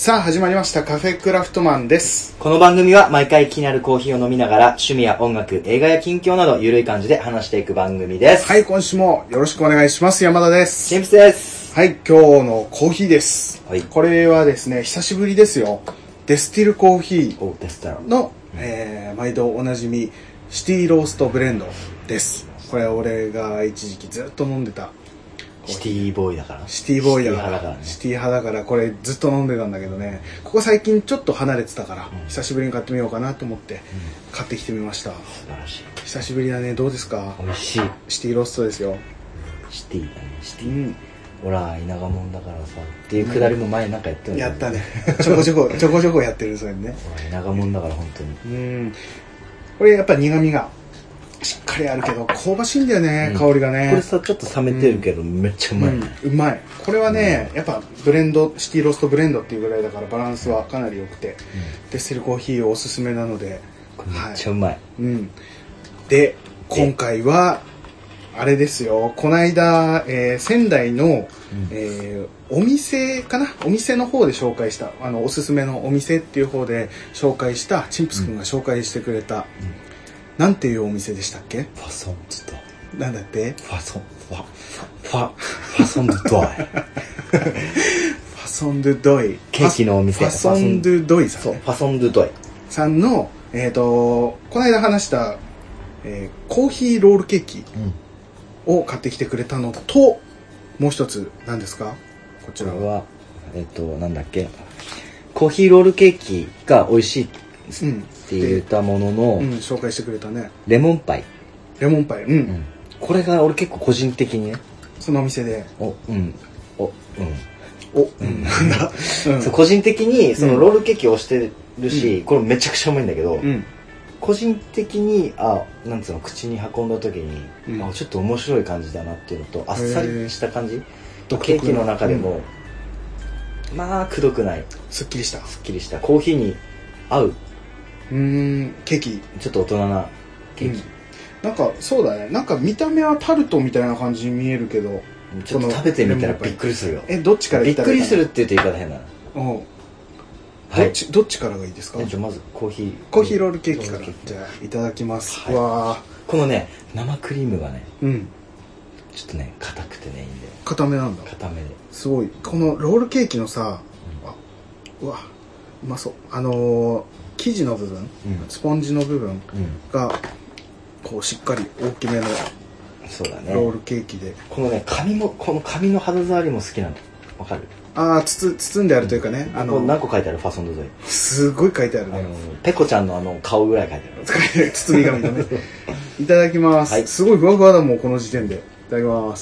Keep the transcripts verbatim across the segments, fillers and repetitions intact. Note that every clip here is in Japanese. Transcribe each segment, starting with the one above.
さあ始まりましたカフェクラフトマンです。 この番組は毎回気になるコーヒーを飲みながら趣味や音楽、映画や近況などゆるい感じで話していく番組です。 はい、今週もよろしくお願いします。山田です。 シンプスです。 はい、今日のコーヒーです、はい、これはですね久しぶりですよ。デスティルコーヒーの、えー、毎度おなじみシティローストブレンドです。これは俺が一時期ずっと飲んでたシティボーイだからシティボーイだから、シティ派だからこれずっと飲んでたんだけどね、ここ最近ちょっと離れてたから、うん、久しぶりに買ってみようかなと思って買ってきてみました、うん、素晴らしい。久しぶりだね。どうですか？ 美味しい。 シティローストですよ。 シティだね、シティ、うん、ほら田舎者だからさっていうくだりも前なんかやってる、 ね、やったねちょこちょこちょこちょこやってる。それね田舎者だから本当に。 うんこれやっぱ苦味がしっかりあるけど香ばしいんだよね、うん、香りがね。 これさちょっと冷めてるけど、うん、めっちゃうまい、 うん、うまい。これはね、うん、やっぱブレンドシティローストブレンドっていうぐらいだからバランスはかなり良くて、うん、デスティルコーヒーおすすめなのでこれめっちゃうまい、はい、 うん、で今回はあれですよ。この間、えー、仙台の、うん、えー、お店かなお店の方で紹介したあのおすすめのお店っていう方で紹介したチンプス君が紹介してくれた、うんなんていうお店でしたっけ？ ファソンドドイ。なんだって？ ファソンファファファソンドドイ。 ファソンドドイ。 ケーキのお店。 ファソンドドイさん、ね。 そう、ファソンドドイさんのえっ、ー、とこの間話した、えー、コーヒーロールケーキを買ってきてくれたのと、もう一つ何ですか？こちらはえっ、ー、となんだっけ？コーヒーロールケーキが美味しい。うん。って言ったものの、 うん、紹介してくれたねレモンパイ。 レモンパイ、うん、うん、 これが俺結構個人的にねそのお店でおうんおうんおうんなんだ、 うん、そう個人的にそのロールケーキをしてるし、うん、これめちゃくちゃうまいんだけど、うん、個人的にあなんつうの口に運んだ時に、うん、あちょっと面白い感じだなっていうのとあっさりした感じケーキの中でも、うん、まあくどくないすっきりしたすっきりしたコーヒーに合ううーんケーキちょっと大人なケーキ、うん、 なんかそうだね。なんか見た目はタルトみたいな感じに見えるけどちょっと食べてみたらびっくりするよ。 えどっちからびっくりするって言うと言い方変だな。 おう、はい、どっちどっちからがいいですか？ じゃあまずコーヒーコーヒーロールケーキからじゃあいただきます、はい、わこのね生クリームがね、 うん、 ちょっとね硬くてねいいんだよ。 硬めなんだ。 硬めですごいこのロールケーキのさ、うん、あうわうまそう。あのー生地の部分、うん、スポンジの部分がこうしっかり大きめのそうだねロールケーキで、 このね紙もこの紙の肌触りも好きなの。わかる？ ああ包包んであるというかね、 うん、あの何個書いてあるファソンドドイすごい書いてあるね。あのペコちゃんのあの顔ぐらい書いてある包み紙のねいただきます、はい、すごいふわふわだもんこの時点で。いただきます。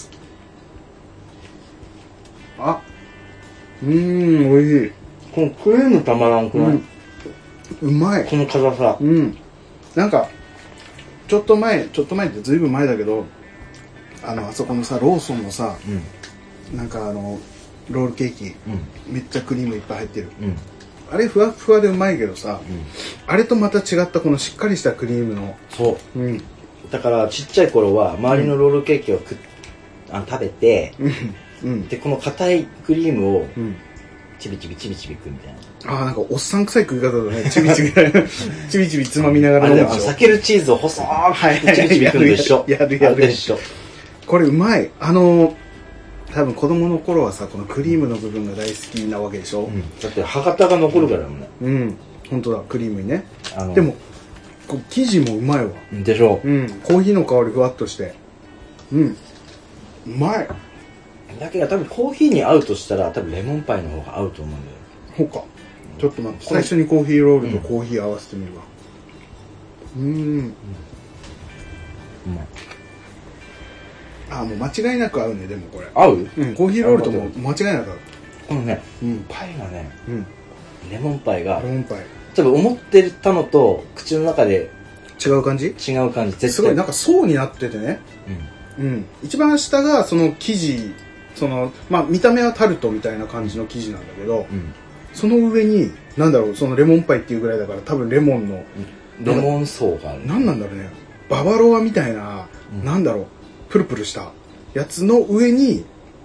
あうーんおいしい。 このクリームたまらんくない？うんうまい。 この辛さ。 うん。なんかちょっと前ちょっと前ってずいぶん前だけど、あのあそこのさローソンのさ、うん、なんかあのロールケーキ、うん、めっちゃクリームいっぱい入ってる。うん、あれふわふわでうまいけどさ、うん、あれとまた違ったこのしっかりしたクリームの。 そう。うん。だからちっちゃい頃は周りのロールケーキをく、うん、あ食べて、うん、でこの硬いクリームを。うんちびちびちびちび食うみたいな。 ああなんかおっさん臭い食い方だね。ちびちびちびちびつまみながら飲むでしょ。 避けるチーズを細くちびちび食うでしょ。 やるやるでしょ。これうまい。あの多分子供の頃はさこのクリームの部分が大好きなわけでしょ。うん、 だって歯型が残るからね。 うん本当だクリームにね。あのでもこう生地もうまいわ。 でしょ。 うんコーヒーの香りふわっとしてうんうまい。 だけど多分コーヒーに合うとしたら多分レモンパイの方が合うと思うんだよ。 そうか。ちょっと待って最初にコーヒーロールとコーヒー合わせてみるわ。うんうん、うん、あもう間違いなく合うね。でもこれ合う？ うんコーヒーロールとも間違いなく合う。 このね、うん、パイがね、うん、レモンパイがレモンパイ多分思ってたのと口の中で違う感じ？ 違う感じ。絶対すごいなんか層になっててね。うん、うん、一番下がその生地そのまあ見た目はタルトみたいな感じの生地なんだけど、うん、その上になんだろうそのレモンパイっていうぐらいだから多分レモンのレモン層がある。 なんなんだろうねババロアみたいな、うん、なんだろうプルプルしたやつの上に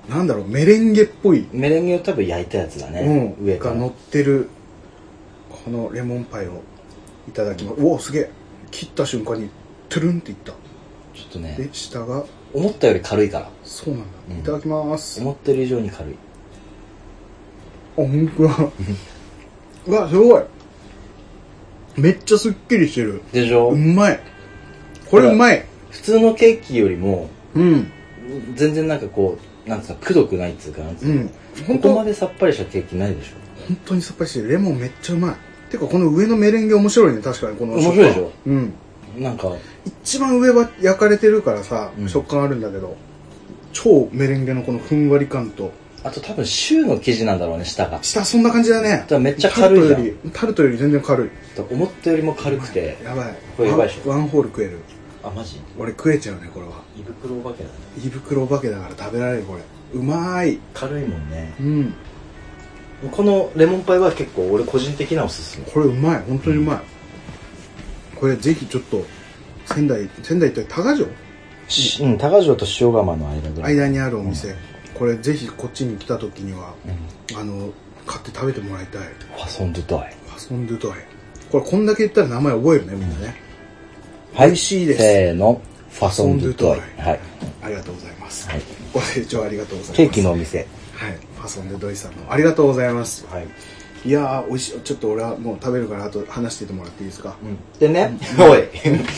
なんだろう、メレンゲっぽいメレンゲを多分焼いたやつだね、 うん、 上からが乗ってるこのレモンパイをいただきます。うお、すげえ、切った瞬間にトゥルンっていった。 ちょっとね、 で下が思ったより軽いから。 そうなんだ、 うん、 いただきます。 思ってる以上に軽い。 あ、ほんとだうわ、すごい、めっちゃすっきりしてるでしょ。 うまい、これうまい。 普通のケーキよりも、 うん、 全然なんかこう、なんつうか、くどくないっつうか、なんつうか、うん、ここまでさっぱりしたケーキないでしょ。 本当にさっぱりしてる。レモンめっちゃうまい。てかこの上のメレンゲ面白いね、確かに。この面白いでしょ。 うん。 なんか一番上は焼かれてるからさ、うん、食感あるんだけど、超メレンゲのこのふんわり感と、 あと多分シューの生地なんだろうね、下が。 下そんな感じだね。 めっちゃ軽いじゃん。 タルトより全然軽い。 思ったよりも軽くて。 やばい。 これやばいでしょ。 ワンホール食える。 あ、マジ？ 俺食えちゃうね、これは。 胃袋お化けだね。 胃袋お化けだから食べられる、これ。うまーい。 軽いもんね。 うん。 このレモンパイは結構俺個人的なおすすめ。 これうまい、本当にうまい。うん、これぜひちょっと仙台、仙台って多賀城？ うん、多賀城と塩釜の間ぐらい。 間にあるお店。うん、これぜひこっちに来た時には、うん、あの買って食べてもらいたい。 ファソンドゥトイ。 ファソンドゥトイ。これこんだけ言ったら名前覚えるね、みんなね。 うん、はい、 美味しいです。 せーの、ファソンドゥトイ。はい。 ありがとうございます。はい。ご清聴ありがとうございます。 ケーキのお店。 はい、ファソンドゥトイさんのありがとうございます。 はい。 いやー、美味しい。ちょっと俺はもう食べるから、あと話しててもらっていいですか。 うん、でね、おい。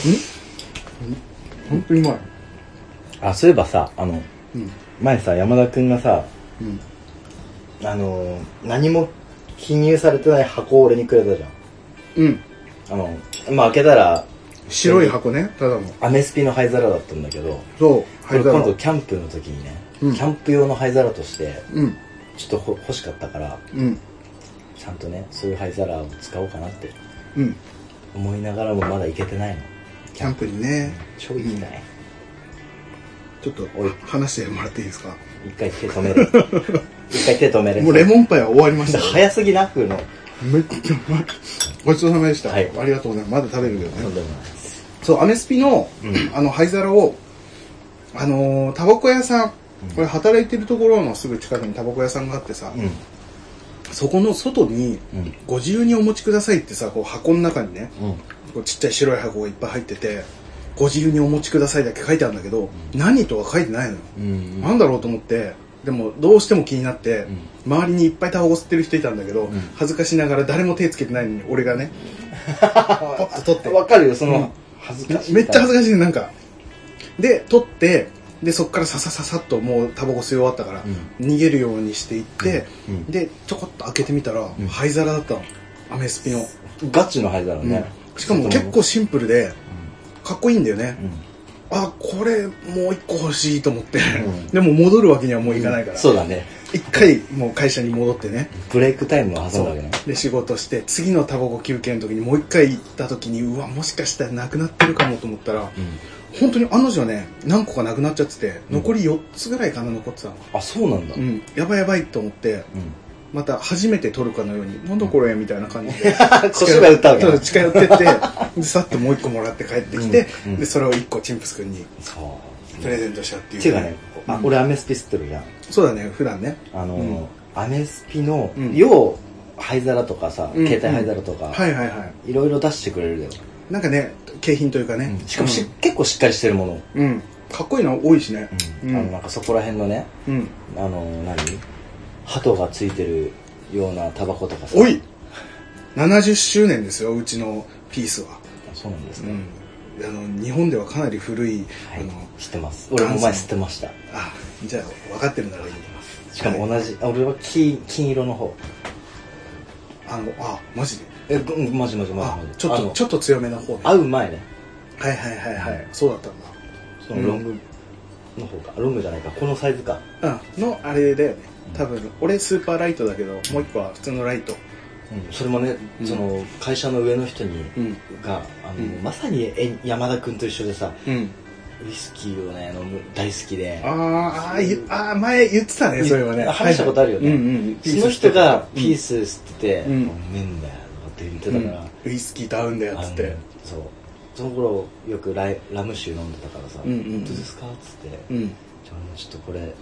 本当にうまい。 あ、そういえばさ、あの、うん、前さ、山田くんがさ、うん、あのー、何も記入されてない箱を俺にくれたじゃん。うん。あの、まあ、開けたら、 白い箱ね、ただの。 アメスピの灰皿だったんだけど、 そう、 灰皿。今度キャンプの時にね、うん、キャンプ用の灰皿として、うん、ちょっと欲しかったから、うん、ちゃんとね、そういう灰皿を使おうかなって、うん、思いながらもまだ行けてないの。 キャンプにね。 超行きたい。 ちょっと話してもらっていいですか。 一回手止める。一回手止める。 もうレモンパイは終わりました。 早すぎなくの。 めっちゃうまい。ごちそうさまでした。はい、ありがとうございます。まだ食べるけどね。そう、アメスピの、うん、あの灰皿を、あのー、タバコ屋さん、これ働いてるところのすぐ近くにタバコ屋さんがあってさ、うん、そこの外に、ご自由にお持ちくださいってさ、こう箱の中にね、うん、こうちっちゃい白い箱がいっぱい入ってて、ご自由にお持ちくださいだけ書いてあるんだけど、うん、何とは書いてないのよ、うんうん、なんだろうと思って、でもどうしても気になって、うん、周りにいっぱいタバコ吸ってる人いたんだけど、うん、恥ずかしながら誰も手つけてないのに俺がねポッと取って、 わかるよその、うん、恥ずかしい、 めっちゃ恥ずかしい、なんかで取って、でそっからささささっともうタバコ吸い終わったから、うん、逃げるようにしていって、うんうん、でちょこっと開けてみたら、うん、灰皿だったの、アメスピのガチの灰皿ね、 うん、しかも結構シンプルで、うん、かっこいいんだよね、うん、あ、これもう一個欲しいと思って、うん、でも戻るわけにはもういかないから、うん、 そうだね、 一回もう会社に戻ってね、 ブレイクタイムを挟んだわけね。 で仕事して次のタバコ休憩の時にもう一回行った時に、うわもしかしたらなくなってるかもと思ったら、うん、本当に案の定ね何個かなくなっちゃってて、残りよっつぐらいかな残ってたの。 あ、そうなんだ、 うん、やばいやばいと思って、うん、また初めて撮るかのように、なんだこれみたいな感じで小芝居打ったわけね、 近寄ってってでさっともう一個もらって帰ってきて、うんうん、でそれを一個チンプス君にプレゼントしたっていう。 ていうかね、うん、あ、俺アメスピ吸ってるじゃん。 そうだね、普段ね、 あの、うん、アメスピの要灰皿とかさ、うん、携帯灰皿とか、うん、 はいはいはい、 いろいろ出してくれるよ。なんかね、景品というかね、 うん、しかもし、うん、結構しっかりしてるもの、 うん、かっこいいの多いしね、 うんうん、あのなんかそこら辺のね、うん、あの何鳩がついてるようなタバコとかさ。 おいななじゅっしゅうねんですよ、うちのピースは。 そうなんですね、 うん、あの日本ではかなり古い、 はい、 あの知ってます。俺も前知ってました。 あ、じゃあ分かってるならいい。 しかも同じ、はい、俺は 金, 金色の方。 あの、あ、マジで、 え、マジマジマジマジ、 ちょっとちょっと強めの方ね。 会う前ね。 はいはいはいはい、うん、そうだったんだ。 そのロングの方か、うん、ロングじゃないか、このサイズか、 うん、のあれだよね多分、うん、俺スーパーライトだけど、もう一個は普通のライト、 うん、それもね、うん、その会社の上の人に、うん、があの、うん、まさに山田君と一緒でさ、うん、ウイスキーをね飲む大好きで、 あーあー前言ってたね、それはね、 話したことあるよね、はいはい、うんうん、その人がピース吸ってて、うん、うめえんだよって言ってたから、 うん、ウイスキーと合うんだよっつって、 そうその頃よくライラム酒飲んでたからさ、うんうん、本当ですかっつって、うん、じゃあちょっとこれ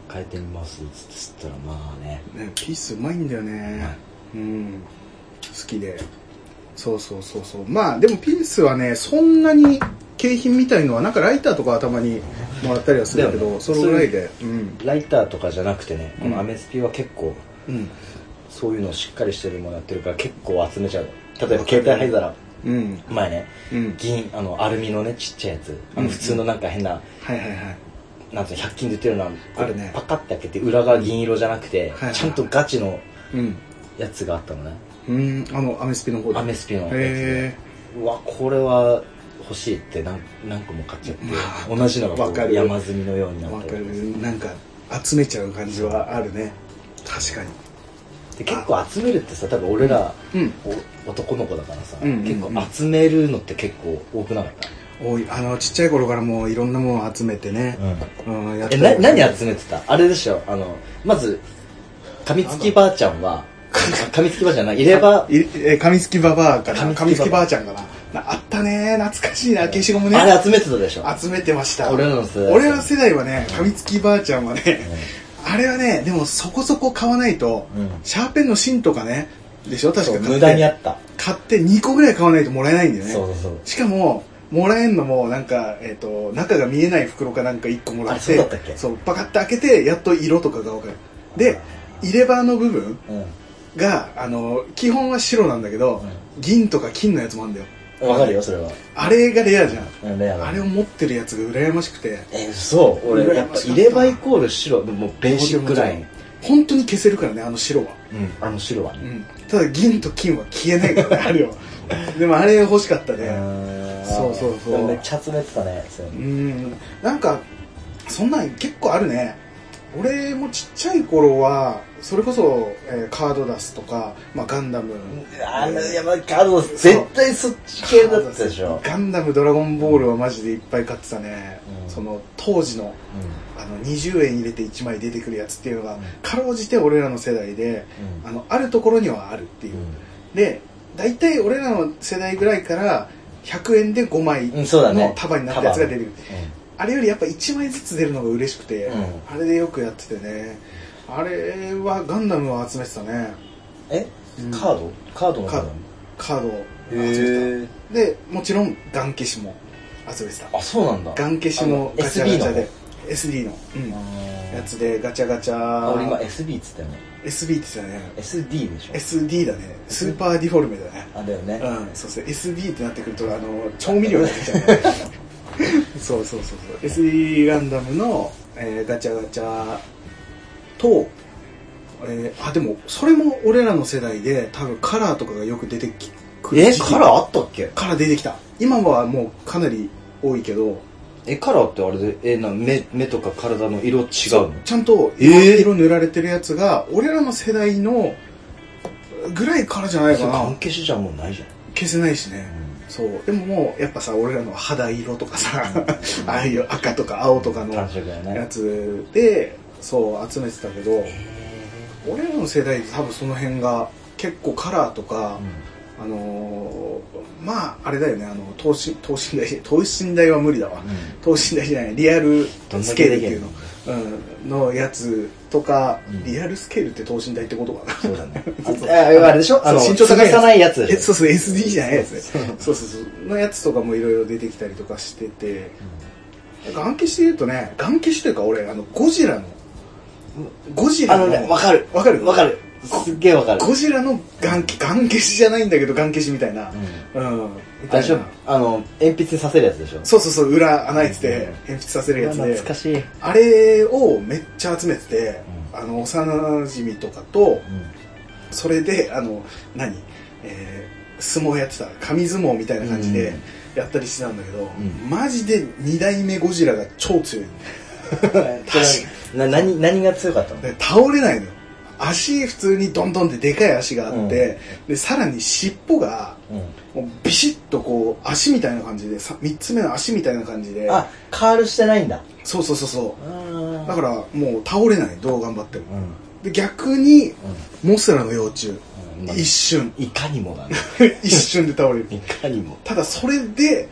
変えてみますっつったらまあねねピースうまいんだよね、うん、好きでそうそうそうそうまあでもピースはねそんなに景品みたいのはなんかライターとかはたまにもらったりはするけど、ね、そのぐらいでう、うん、ライターとかじゃなくてね、うん、このアメスピは結構、うん、そういうのしっかりしてるものやってるから結構集めちゃう。例えば携帯灰皿、うん、前ね、うん、銀あのアルミのねちっちゃいやつあの普通のなんか変な、うん、はいはいはいなんてひゃく均で売ってるのはあるねパカッて開けて裏が銀色じゃなくて、はいはい、ちゃんとガチのやつがあったのね。 うんあのアメスピの方でアメスピのやつでうわこれは欲しいって 何, 何個も買っちゃって、まあ、同じのがこう山積みのようになってわかるなんか集めちゃう感じはあるね確かに。 で結構集めるってさ多分俺ら、うん、男の子だからさ、うんうんうん、結構集めるのって結構多くなかった？ 多いあのちっちゃい頃からもういろんなものを集めてね、 うんうん、やってえな何集めてた？あれでしょあのまずかみつきばあちゃんはかみつきばあちゃんな入れ歯かみつきばばあかなかみつきばあちゃんかなあったね懐かしいな消しゴムねあれ集めてたでしょ。 集めてました。 俺らの世代俺の世代はねかみつきばあちゃんはね、うん、あれはねでもそこそこ買わないと、うん、シャーペンの芯とかねでしょ確か無駄にあった買ってにこぐらい買わないともらえないんだよね。 そうそうそうしかももらえんのもなんか、えー、と中が見えない袋かなんかいっこもらってそうだったっけそうパカッて開けてやっと色とかが分かる。で入れ歯の部分が、うん、あの基本は白なんだけど、うん、銀とか金のやつもあるんだよ。 わかるよそれは。 あれがレアじゃん、うん、 レアだね、 あれを持ってるやつが羨ましくてえー、そう俺やっぱ入れ歯イコール白でもベーシックライン本当に消せるからねあの白は、 うん、あの白はね、うん、 ただ銀と金は消えないからねあれはでもあれ欲しかったねそうそうそうめっちゃ集めてたねそれうんなんかそんなん結構あるね。俺もちっちゃい頃はそれこそ、えー、カードダスとか、まあ、ガンダムあのやばいカードダス絶対そっち系だったでしょ。 ガンダムドラゴンボールはマジでいっぱい買ってたね、うん、その当時の、うん、あのにじゅうえん入れていちまい出てくるやつっていうのが、うん、かろうじて俺らの世代で、うん、あのあるところにはあるっていう、うん、で大体俺らの世代ぐらいからひゃくえんでごまいの束になったやつが出てくる、あれよりやっぱいちまいずつ出るのが嬉しくて、うん、あれでよくやっててね。あれはガンダムを集めてたね。 え、うん、カードカードのカードカードを集めてた。でもちろんガン消しも集めてた。 あそうなんだ。 ガン消しもガチャガチャで エスディー の、うん、やつでガチャガチャ俺今 エスビー っつったよね。 エスビー って言ってたね。 エスディー でしょ。 エスディー だね。スーパーディフォルメだね。 あだよね。 うんそうそう エスビー ってなってくるとあの調味料になってきちゃうねそうそうそうそう エスディー ガンダムの、えー、ガチャガチャと、えー、あでもそれも俺らの世代で多分カラーとかがよく出てくる。 えカラーあったっけ？ カラー出てきた。今はもうかなり多いけど。 えカラーってあれでえな 目, 目とか体の色違うの？ ちゃんと色、えー、色塗られてるやつが俺らの世代のぐらいからじゃないかな。 関係しじゃもうないじゃん。 消せないしね、うん、そうでももうやっぱさ俺らの肌色とかさ、うん、ああいう赤とか青とかのやつでそう集めてたけど、俺らの世代で多分その辺が結構カラーとか、うん、あのー、まああれだよねあの等身等身大等身大は無理だわ、うん、等身大じゃないリアルスケールっていうの、うん、のやつとか、うん、リアルスケールって等身大ってことかな。 そうだね。あ, あれでしょあの身長高いやつないやつでしょ。 えそうそう エスディー じゃないやつね。そうそうそうのやつとかもいろいろ出てきたりとかしてて、うん、ガン消しで言うとねガン消しというか俺あのゴジラのゴジラのあのねわかるわかるわかるすっげえわかる。 ゴジラのガンガン消しじゃないんだけどガン消しみたいな、うん、うん、 大丈夫。あの鉛筆にさせるやつでしょ。 そうそうそう裏穴開いてて、うん、鉛筆させるやつで懐かしい。 あれをめっちゃ集めてて、うん、あの幼馴染とかと、うん、それであの何、えー、相撲やってた紙相撲みたいな感じでやったりしてたんだけど、うん、マジでに代目ゴジラが超強いな何何が強かったの？ 倒れないのよ。足普通にドンドンってでかい足があって、うん、でさらに尻尾が、うん、もうビシッとこう足みたいな感じでみっつめの足みたいな感じであカールしてないんだ。 そうそうそうそうだからもう倒れないどう頑張っても、うん、で逆に、うん、モスラの幼虫、うん、一瞬いかにもだね一瞬で倒れるいかにも。 ただそれで、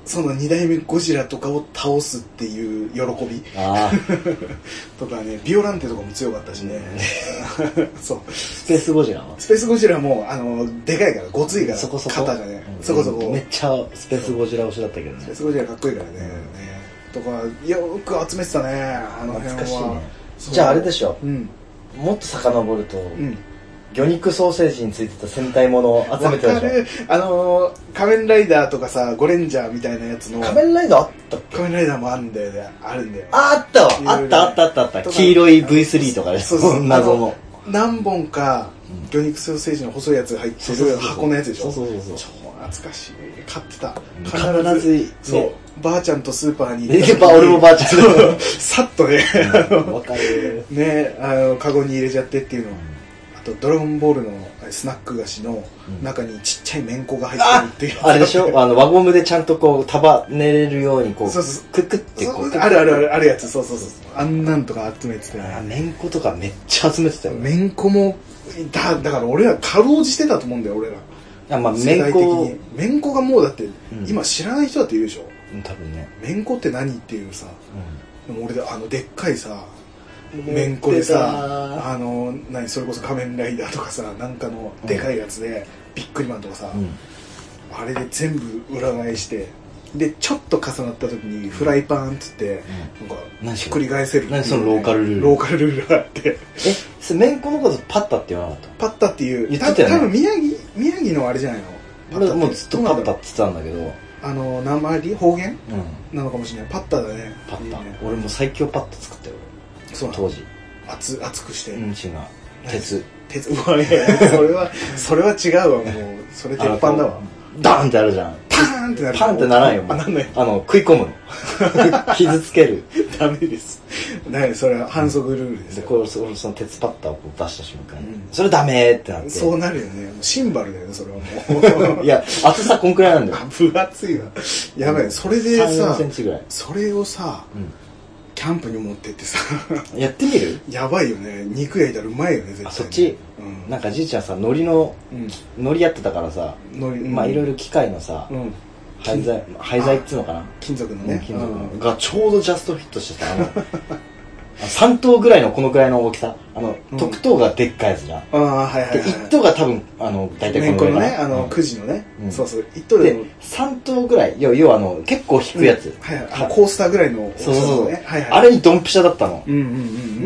そのに代目ゴジラとかを倒すっていう喜びあとかね、ビオランテとかも強かったしねそうスペースゴジラはスペースゴジラもあのでかいからごついからそこそこ肩がね、 うん、 そこそこめっちゃスペースゴジラ推しだったけどね。 スペースゴジラかっこいいからね、うん、とかよく集めてたね、あの辺は。 懐かしいね。じゃああれでしょ、うん、もっと遡ると、うん魚肉ソーセージについてた戦隊ものを集めてたでしょ。 あのー、仮面ライダーとかさ、ゴレンジャーみたいなやつの仮面ライダーあったっけ。 仮面ライダーもあるんだよね、あるんだよ。 あったわ、あったあったあったあった。黄色い ブイスリー とかで、そうそう謎の何本か魚肉ソーセージの細いやつが入ってる箱のやつでしょ。 そうそうそう。 超懐かしい。買ってた。 必ずそうばあちゃんとスーパーに行って。俺もばあちゃんとさっとね、 わかるね、あのカゴに入れちゃってっていうの。あとドラゴンボールのスナック菓子の中にちっちゃいめんこが入ってるっていう、 うん、あ, あれでしょ、あの輪ゴムでちゃんとこう束ねれるようにこうそうそうクックってこうあるあるあるあるやつ、そうそうそう、あんなんとか集めてたよね。 めんことかめっちゃ集めてたよ。 めんこもだだから俺らかろうじしてたと思うんだよ、俺ら。 あ、まあ、めんこめんこがもうだって、うん、今知らない人だっているでしょ、 うん、多分ね。 めんこって何っていうさ、うん、でも俺あのでっかいさめんこでさ、あの何それこそ仮面ライダーとかさ、なんかのでかいやつで、うん、ビックリマンとかさ、うん、あれで全部裏返してでちょっと重なった時にフライパンっつって、うん、なんかひっくり返せるっていう、ね、 何そのローカルルールローカルルールがあって、えそれめんこのことパッタって言わなかった？ パッタっていう言ってたよね。 多分宮城宮城のあれじゃないの。 俺もうずっとパッタって言ってたんだけど、 あの鉛方言、うん、なのかもしれない。パッタだね。 パッタ、ね、俺も最強パッタ作ったよ。 そう当時熱熱くして、 うん、違う鉄鉄うわいやそれはそれは違うわ、もうそれ鉄板だわ。 ダーンってあるじゃん。 パーンってなる。 パンってならんよ。 あ、なんない。 あの食い込むの傷つける。 ダメです。ダメ、それは反則ルールです。 でこれその鉄パッターを出した瞬間に、うん、それダメってなって。 そうなるよね。シンバルだよね、それはもう。 いや厚さこんくらいなんだよ。 分厚いわ。やばい、それでさ、 さん、よんセンチぐらい。 それをさ、うん、キャンプに持ってってさやってみる？ やばいよね。肉焼いたらうまいよね、絶対に。 あ、そっち、うん、なんかじいちゃんさ、海苔の、うん、海苔やってたからさ、うん、まあいろいろ機械のさ、うん、廃材廃材っつうのかな、 金属のね、 金属のがちょうどジャストフィットしてた。あのさん頭ぐらいのこのくらいの大きさ、あの、うん、特等がでっかいやつじゃん。 あ、はいはいはい、 でいち頭が多分あの大体このぐらいね、あのくじのね、 うん、 そうそう、いち頭でさん頭ぐらい、要はあの結構引くやつ、うん、 はいはい、コースターぐらいの、 そうそうそう、はいはい、あれにドンピシャだったの、 うんうんうんうん、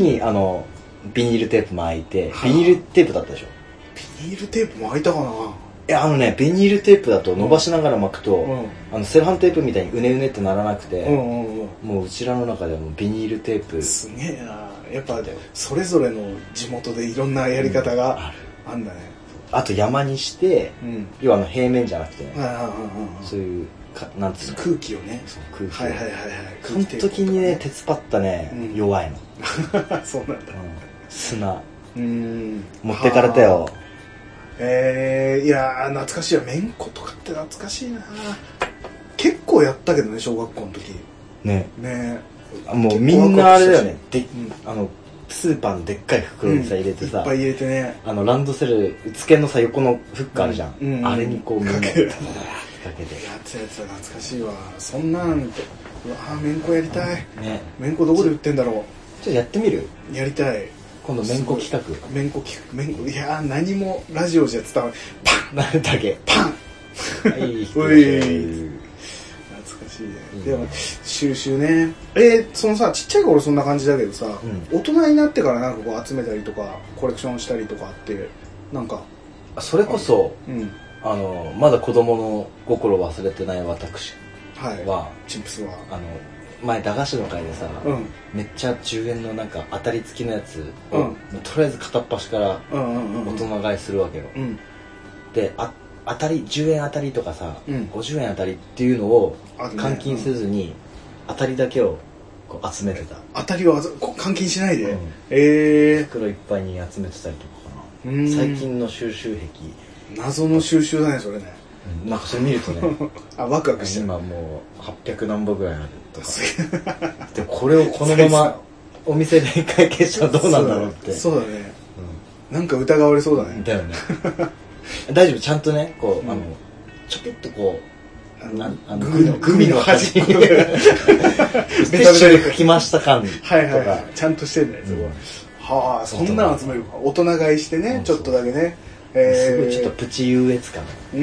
にあのビニールテープ巻いて、ビニールテープだったでしょ。 ビニールテープ巻いたかな。 いや、あのね、ビニールテープだと伸ばしながら巻くと、うん、あのセロハンテープみたいにうねうねってならなくて、うんうんうん、もううちらの中ではもうビニールテープすげえな。やっぱそれぞれの地元でいろんなやり方があるんだね。 あと山にして、うん、要はあの平面じゃなくて、ね、 うんうんうん、 そういうかなんていうの、 空気をね、 そう空気を、 はいはいはいはい、 その時にね鉄パッタね、うん、弱いのそうなんだ、うん、 砂うん持ってかれたよ。 えー、いやー懐かしいよ。めんことかって懐かしいな。結構やったけどね、小学校の時ね。 ねもうみんなあれだよね、で、うん、あのスーパーのでっかい袋にさ、うん、入れてさ、 いっぱい入れてね、 あのランドセル付けのさ横のフックあるじゃん、うんうん、あれにこうみんなかけてやってたやつは懐かしいわ。そんなんと、うわーめんこやりたいね。めんこどこで売ってんだろう。 ちょっとやってみる？ やりたい。 今度めんこ企画。 めんこ企画、めんこ、いやー何もラジオじゃ伝わる。パンなんだけパンはい、 懐かしいね。いいね。でも収集ね。えー、そのさ、ちっちゃい頃そんな感じだけどさ、うん、大人になってからなんかこう集めたりとかコレクションしたりとかってなんかそれこそ、うん、あのまだ子供の心忘れてない私は、はい、 チップスはあの前駄菓子の会でさ、うん、めっちゃじゅうえんのなんか当たり付きのやつを、うん、もうとりあえず片っ端から大人買いするわけよ、うん、であ当たりじゅうえん当たりとかさ、うん、ごじゅうえん当たりっていうのを換金せずに、当たりだけをこう集めてた。 当たりを換金しないで、うん、えー、 袋いっぱいに集めてたりとかかな。最近の収集癖、 謎の収集だねそれね。 なんかそれ見るとねあ、ワクワクしてる。 今もうはっぴゃく何本ぐらいあるとかでこれをこのままお店で会計したらどうなんだろうって。 そうだね、うん、なんか疑われそうだね。 だよね大丈夫、ちゃんとねこう、うん、あのちょぴっとこうあのあのグミのグミの端っこでティッシュで拭きました感とかはいはいはいちゃんとしてんだよすごい、うん、はあそんなの集めるか大人買いしてね、うん、ちょっとだけね、 えー、すごいちょっとプチ優越感、 うんうん、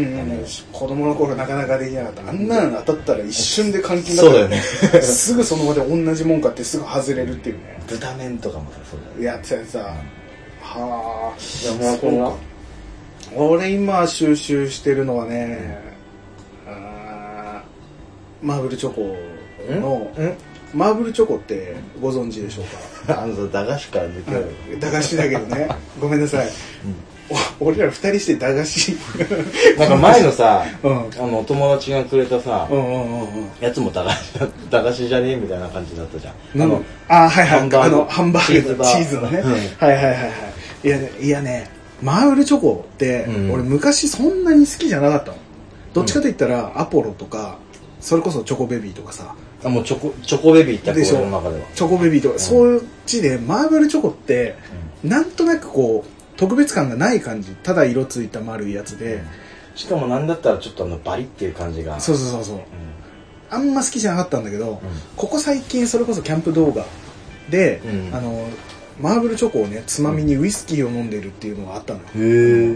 子供の頃なかなかできなかったあんなの当たったら一瞬で換金だったら、ね、 すぐその場で同じもん買ってすぐ外れるっていうね豚麺とかもそうだよねやってたやつさ、うん、はあいやもうこんな俺今収集してるのはね、うん、あマーブルチョコの、うん、マーブルチョコってご存知でしょうかあの駄菓子から抜ける、 うん、駄菓子だけどねごめんなさい、うん俺ら二人して駄菓子なんか前のさ、うん、あの友達がくれたさ、うんうんうんうん、やつも駄菓子駄菓子じゃねえみたいな感じだったじゃん。あのあはいはいあのハンバーグのチーズのね、うん、はいはいはいはいいやねいやねマーブルチョコって、うん、俺昔そんなに好きじゃなかったの。どっちかと言ったら、うん、アポロとかそれこそチョコベビーとかさ。 あもうチョコチョコベビーって俺の中では。 チョコベビーとか、うん、そっちでマーブルチョコって、うん、なんとなくこう。特別感がない感じただ色ついた丸いやつで、うん、 しかもなんだったらちょっとあのバリっていう感じがそうそうそうそう、うん、あんま好きじゃなかったんだけど、うん、ここ最近それこそキャンプ動画で、うん、あのマーブルチョコをねつまみにウイスキーを飲んでるっていうのがあったのよ、うん、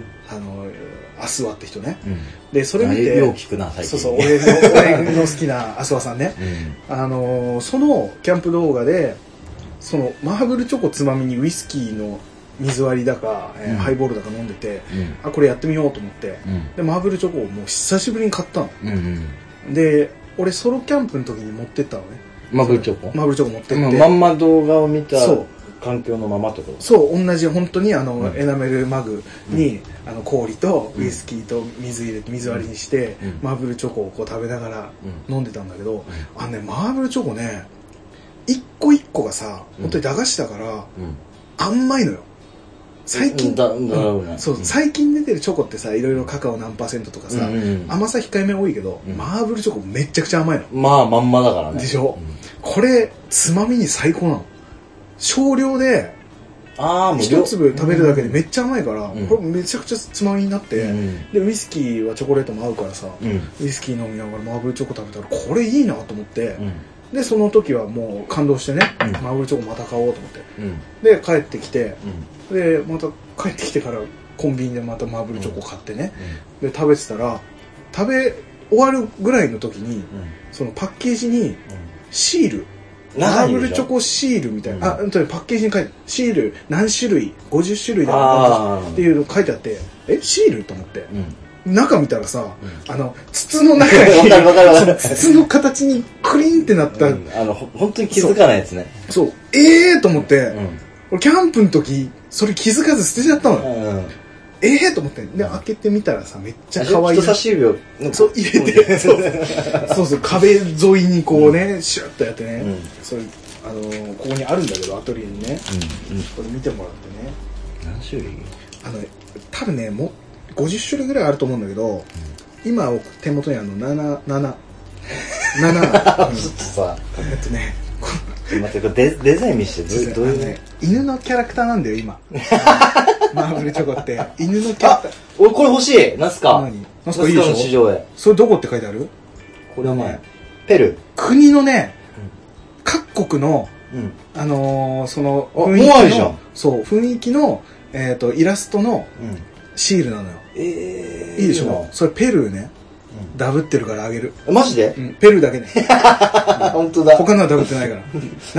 あのアスワって人ね、うん、でそれ見てよう聞くな最近そうそう俺の俺の好きなアスワさんね、うん、あのそのキャンプ動画でそのマーブルチョコつまみにウイスキーの水割りだか、えーうん、ハイボールだか飲んでて、うん、あこれやってみようと思って、うん、でマーブルチョコをもう久しぶりに買ったの、うんうん、で俺ソロキャンプの時に持ってったのねマーブルチョコマーブルチョコ持ってってまんま動画を見た環境のままってことそう同じ本当にあの、うん、エナメルマグに、うん、あの氷とウイスキーと水入れて水割りにして、うん、マーブルチョコをこう食べながら飲んでたんだけど、うん、あのねマーブルチョコね一個一個がさ本当に駄菓子だから、うん、甘いのよ最近だだ、ね、そう最近出てるチョコってさいろいろカカオ何パーセントとかさ、うんうん、甘さ控えめ多いけど、うん、マーブルチョコめっちゃくちゃ甘いのまあまんまだからねでしょ、うん、これつまみに最高なの少量であ一粒食べるだけでめっちゃ甘いから、うん、これめちゃくちゃつまみになって、うん、でウイスキーはチョコレートも合うからさ、うん、ウイスキー飲みながらマーブルチョコ食べたらこれいいなと思って、うんでその時はもう感動してね、うん、マーブルチョコまた買おうと思って、うん、で帰ってきて、うん、でまた帰ってきてからコンビニでまたマーブルチョコ買ってね、うん、で食べてたら食べ終わるぐらいの時に、うん、そのパッケージにシール、うん、マーブルチョコシールみたいな、うん、あパッケージに書いてシール何種類ごじゅっ種類だっていうの書いてあってえシールと思って、うん中見たらさ、うん、あの筒の中に筒の形にクリーンってなった、うん、 あの本当に気づかないやつねそうそうええー、と思って、うん、俺キャンプの時それ気づかず捨てちゃったの、うん、ええー、と思ってで開けてみたらさめっちゃ可愛い人差し指をそう入れてそうそうそう壁沿いにこうね、うん、シュッとやってね、うん、それあのー、ここにあるんだけどアトリエにね、うんうん、これ見てもらってね何種類あの多分ねもっごじゅっ種類ぐらいあると思うんだけど、うん、今手元にあるのなな、なな、なな、 うん、ちょっとさえっとね待ってこれ デ, デザイン見してどういうね犬のキャラクターなんだよ今マーブルチョコって犬のキャラクター俺これ欲しいナスカ何ナスカいいでしょ市場へそれどこって書いてあるこれはねペル国のね、うん、各国の、うん、あのー、その雰囲気のそう雰囲気の、えー、とイラストの、うんシールなのよ。えー、いいでしょ。それペルーね、うん、ダブってるからあげる。 マジで？ うん、ペルーだけね。 本当だ。 他のはダブってないから。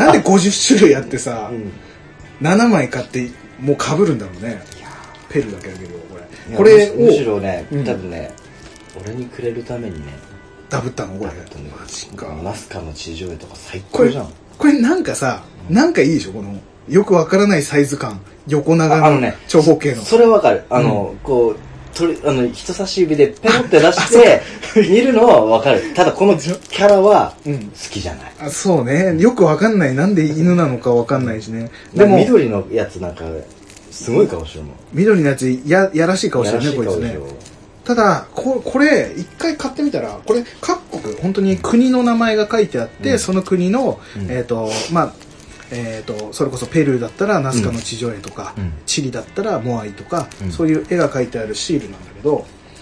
なんでごじゅっ種類やってさ、うん、ななまい買ってもう被るんだろうね。ペルーだけあげるよこれ。これをむしろね、多分ね、うん、俺にくれるためにね。 ダブったのこれ。 ダブったね。マジか。ナスカの地上絵とか最高じゃん。これ、これなんかさ、うん、なんかいいでしょこのよくわからないサイズ感。横長の長方形の、ね、 それわかるあの、うん、こう取りあの人差し指でペロって出して見るのはわかるただこのキャラは好きじゃない、 うん、あそうねよくわかんないなんで犬なのかわかんないしね、 うん、でも緑のやつなんかすごい顔してるもん緑のやつ や, やらしい顔してるねこいつねただ こ, これ一回買ってみたらこれ各国本当に国の名前が書いてあって、うん、その国の、うん、えっ、ー、とまあえー、とそれこそペルーだったらナスカの地上絵とか、うん、チリだったらモアイとか、うん、そういう絵が描いてあるシールなんだけど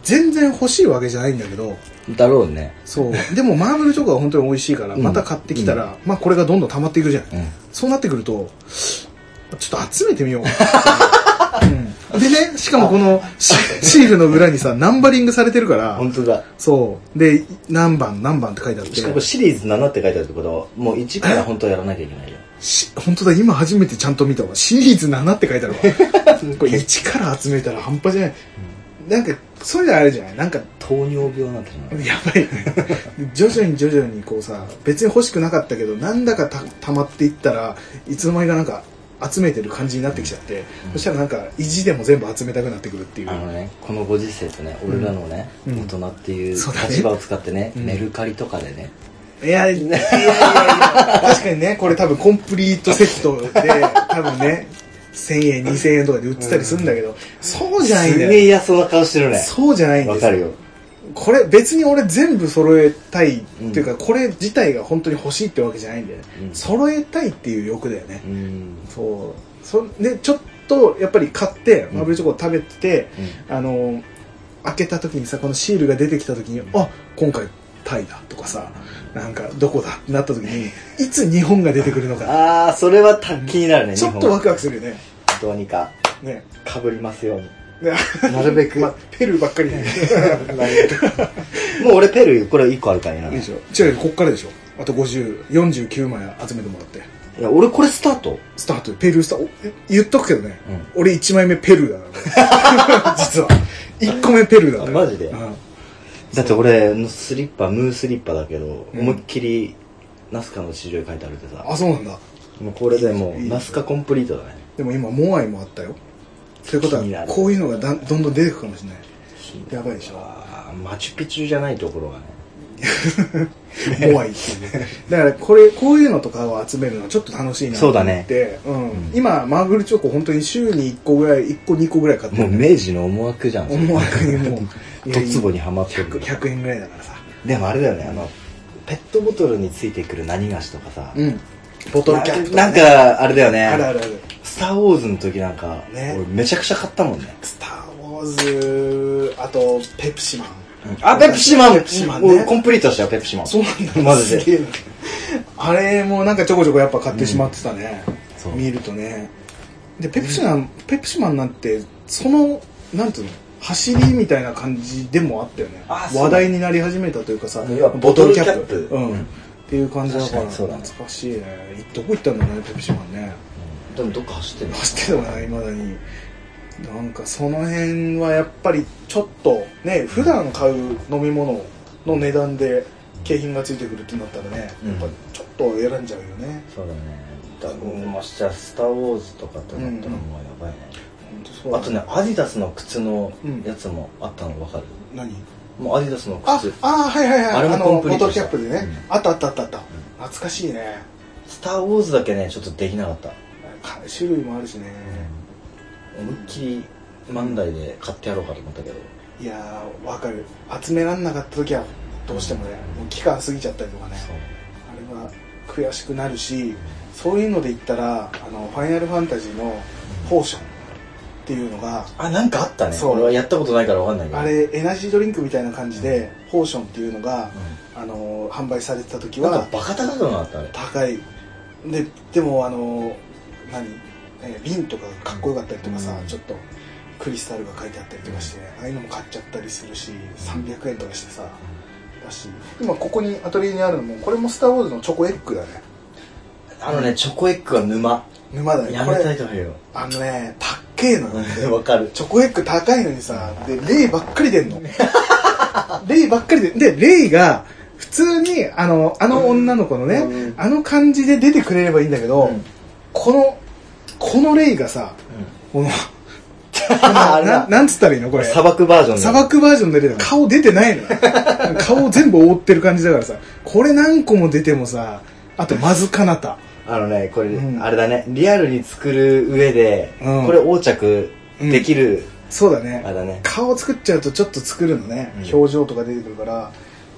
全然欲しいわけじゃないんだけどだろうね。 そうでもマーブルチョコは本当に美味しいから、うん、また買ってきたら、うん、まあこれがどんどん溜まっていくじゃん、うん、そうなってくるとちょっと集めてみよううん、でねしかもこのシールの裏にさナンバリングされてるから本当だそうで何番何番って書いてあってしかもシリーズななって書いてあるってことはもういちから本当はやらなきゃいけないよ本当だ今初めてちゃんと見たわシリーズななって書いてあるわこれいちから集めたら半端じゃない、うん、なんかそういうのあるじゃないなんか糖尿病なんてやばいね徐々に徐々にこうさ別に欲しくなかったけどなんだかた溜まっていったらいつの間にかなんか集めてる感じになってきちゃって、うん、そしたらなんか意地でも全部集めたくなってくるっていうあのねこのご時世とね、うん、俺らのね、うん、大人っていう立場を使ってね、うん、メルカリとかでねいやいやいやいや確かにねこれ多分コンプリートセットで多分ねせんえんにせんえんとかで売ってたりするんだけど、うん、そうじゃないんだよすげえ嫌そうな顔してるねそうじゃないんですわかるよこれ別に俺全部揃えたいっていうか、うん、これ自体が本当に欲しいってわけじゃないんだよね、うん、揃えたいっていう欲だよね、うん、そうそでちょっとやっぱり買ってマーブルチョコを食べてて、うん、あの開けた時にさこのシールが出てきた時に、うん、あ今回タイだとかさなんかどこだってなった時にいつ日本が出てくるのかああそれはた気になるね、 ちょっとワクワクするよねどうにかねかぶりますようになるべく、まあ、ペルーばっかりでもう俺ペルーこれいっこあるからやいいでしょ違うこっからでしょあとごじゅう、よんじゅうきゅうまい集めてもらっていや俺これスタートスタートペルースタート言っとくけどね、うん、俺いちまいめペルーだから実はいっこめペルーだからマジで、うん、だって俺のスリッパムースリッパだけど、うん、思いっきりナスカの市場に書いてあるってさあそうなんだもうこれでもうナスカコンプリートだねでも今モアイもあったよということはこういうのがだどんどん出てくるかもしれないやばいでしょマチュピチュじゃないところがねモアイっていうねだからこれこういうのとかを集めるのはちょっと楽しいなと思って、ねうんうん、今マーブルチョコ本当に週にいっこぐらいいっこにこぐらい買ってるもう明治の思惑じゃん思惑にもうドツボにはまってる 100, ひゃくえんぐらいだからさでもあれだよねあのペットボトルについてくる何菓子とかさ、 うん、ボトルキャップとか、ね、なんかあれだよねあるあるあるスターウォーズの時なんか、ね、俺めちゃくちゃ買ったもんねスターウォーズあとペプシマン、 うん、あペプシマンペプシマンねコンプリートしたよペプシマンそうなんだマジであれもなんかちょこちょこやっぱ買ってしまってたね、うん、見るとねでペプシマン、うん、ペプシマンなんてそのなんていうの走りみたいな感じでもあったよね話題になり始めたというかさボトルキャップ、うんうん、っていう感じだから懐かしいねどこ行ったんだろうねペプシマンね、 うん、でもどっか走ってる走ってるな未だになんかその辺はやっぱりちょっとね普段買う飲み物の値段で景品がついてくるってなったらね、うん、やっぱちょっと選んじゃうよねそうだねだからましてやスターウォーズとかってなったらもうやばいね、うん、あとねアディダスの靴のやつもあったの分かる、 うん、何もうアディダスの靴ああはいはいはいあれもコンプリートしたボトルキャップでね、うん、あったあったあったあった、うん、懐かしいねスターウォーズだけねちょっとできなかった種類もあるしね、 うん、思いっきり万代で買ってやろうかと思ったけどいやー分かる集めらんなかった時はどうしてもね、うん、もう期間過ぎちゃったりとかねあれは悔しくなるし、うん、そういうので言ったらあのファイナルファンタジーのポーションっていうのがあなんかあったね俺はやったことないから分かんないけどあれエナジードリンクみたいな感じで、うん、ポーションっていうのが、うん、あの販売されてた時はなんかバカ高くなかったあれ高いででもあの何、えー、瓶とかかっこよかったりとかさ、うん、ちょっとクリスタルが書いてあったりとかして、ああいうのも買っちゃったりするしさんびゃくえんとかしてさだし今ここにアトリエにあるのもこれもスターウォーズのチョコエッグだねあのね、うん、チョコエッグは沼沼だねやめたいと思うよあのねたっけえのよわかるチョコエッグ高いのにさでレイばっかり出んのレイばっかりででレイが普通にあのあの女の子のね、うん、あの感じで出てくれればいいんだけど、うん、このこのレイがさ、うん、このな, なんつったらいいのこれ砂漠バージョン砂漠バージョンで出て顔出てないの顔全部覆ってる感じだからさこれ何個も出てもさあとまずかなたあのねこれ、うん、あれだねリアルに作る上で、うん、これ横着できる、うん、 そうだねあれだね顔作っちゃうとちょっと作るのね、うん、表情とか出てくるから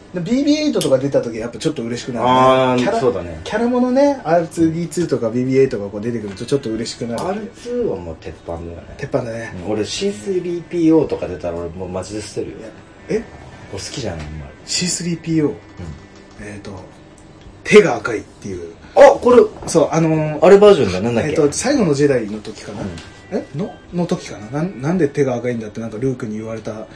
で ビービーエイト とか出た時はやっぱちょっと嬉しくなる、ね、 あキャラそうだね、 キャラものね アールツーディーツー とか ビービーエイト がこう出てくるとちょっと嬉しくなる。 アールツー はもう鉄板だよね。 鉄板だね、 うん、俺 シースリーピーオー とか出たら俺もうマジで捨てるよ。 え俺好きじゃないあんまりシースリーピーオー、うん、えっ、ー、と手が赤いっていう。 あこれそうあのー、 あれバージョンだ。なんだっけ、 えっ、ー、と最後のジェダイの時かな、うん、えのの時かな、ななんで手が赤いんだってなんかルークに言われた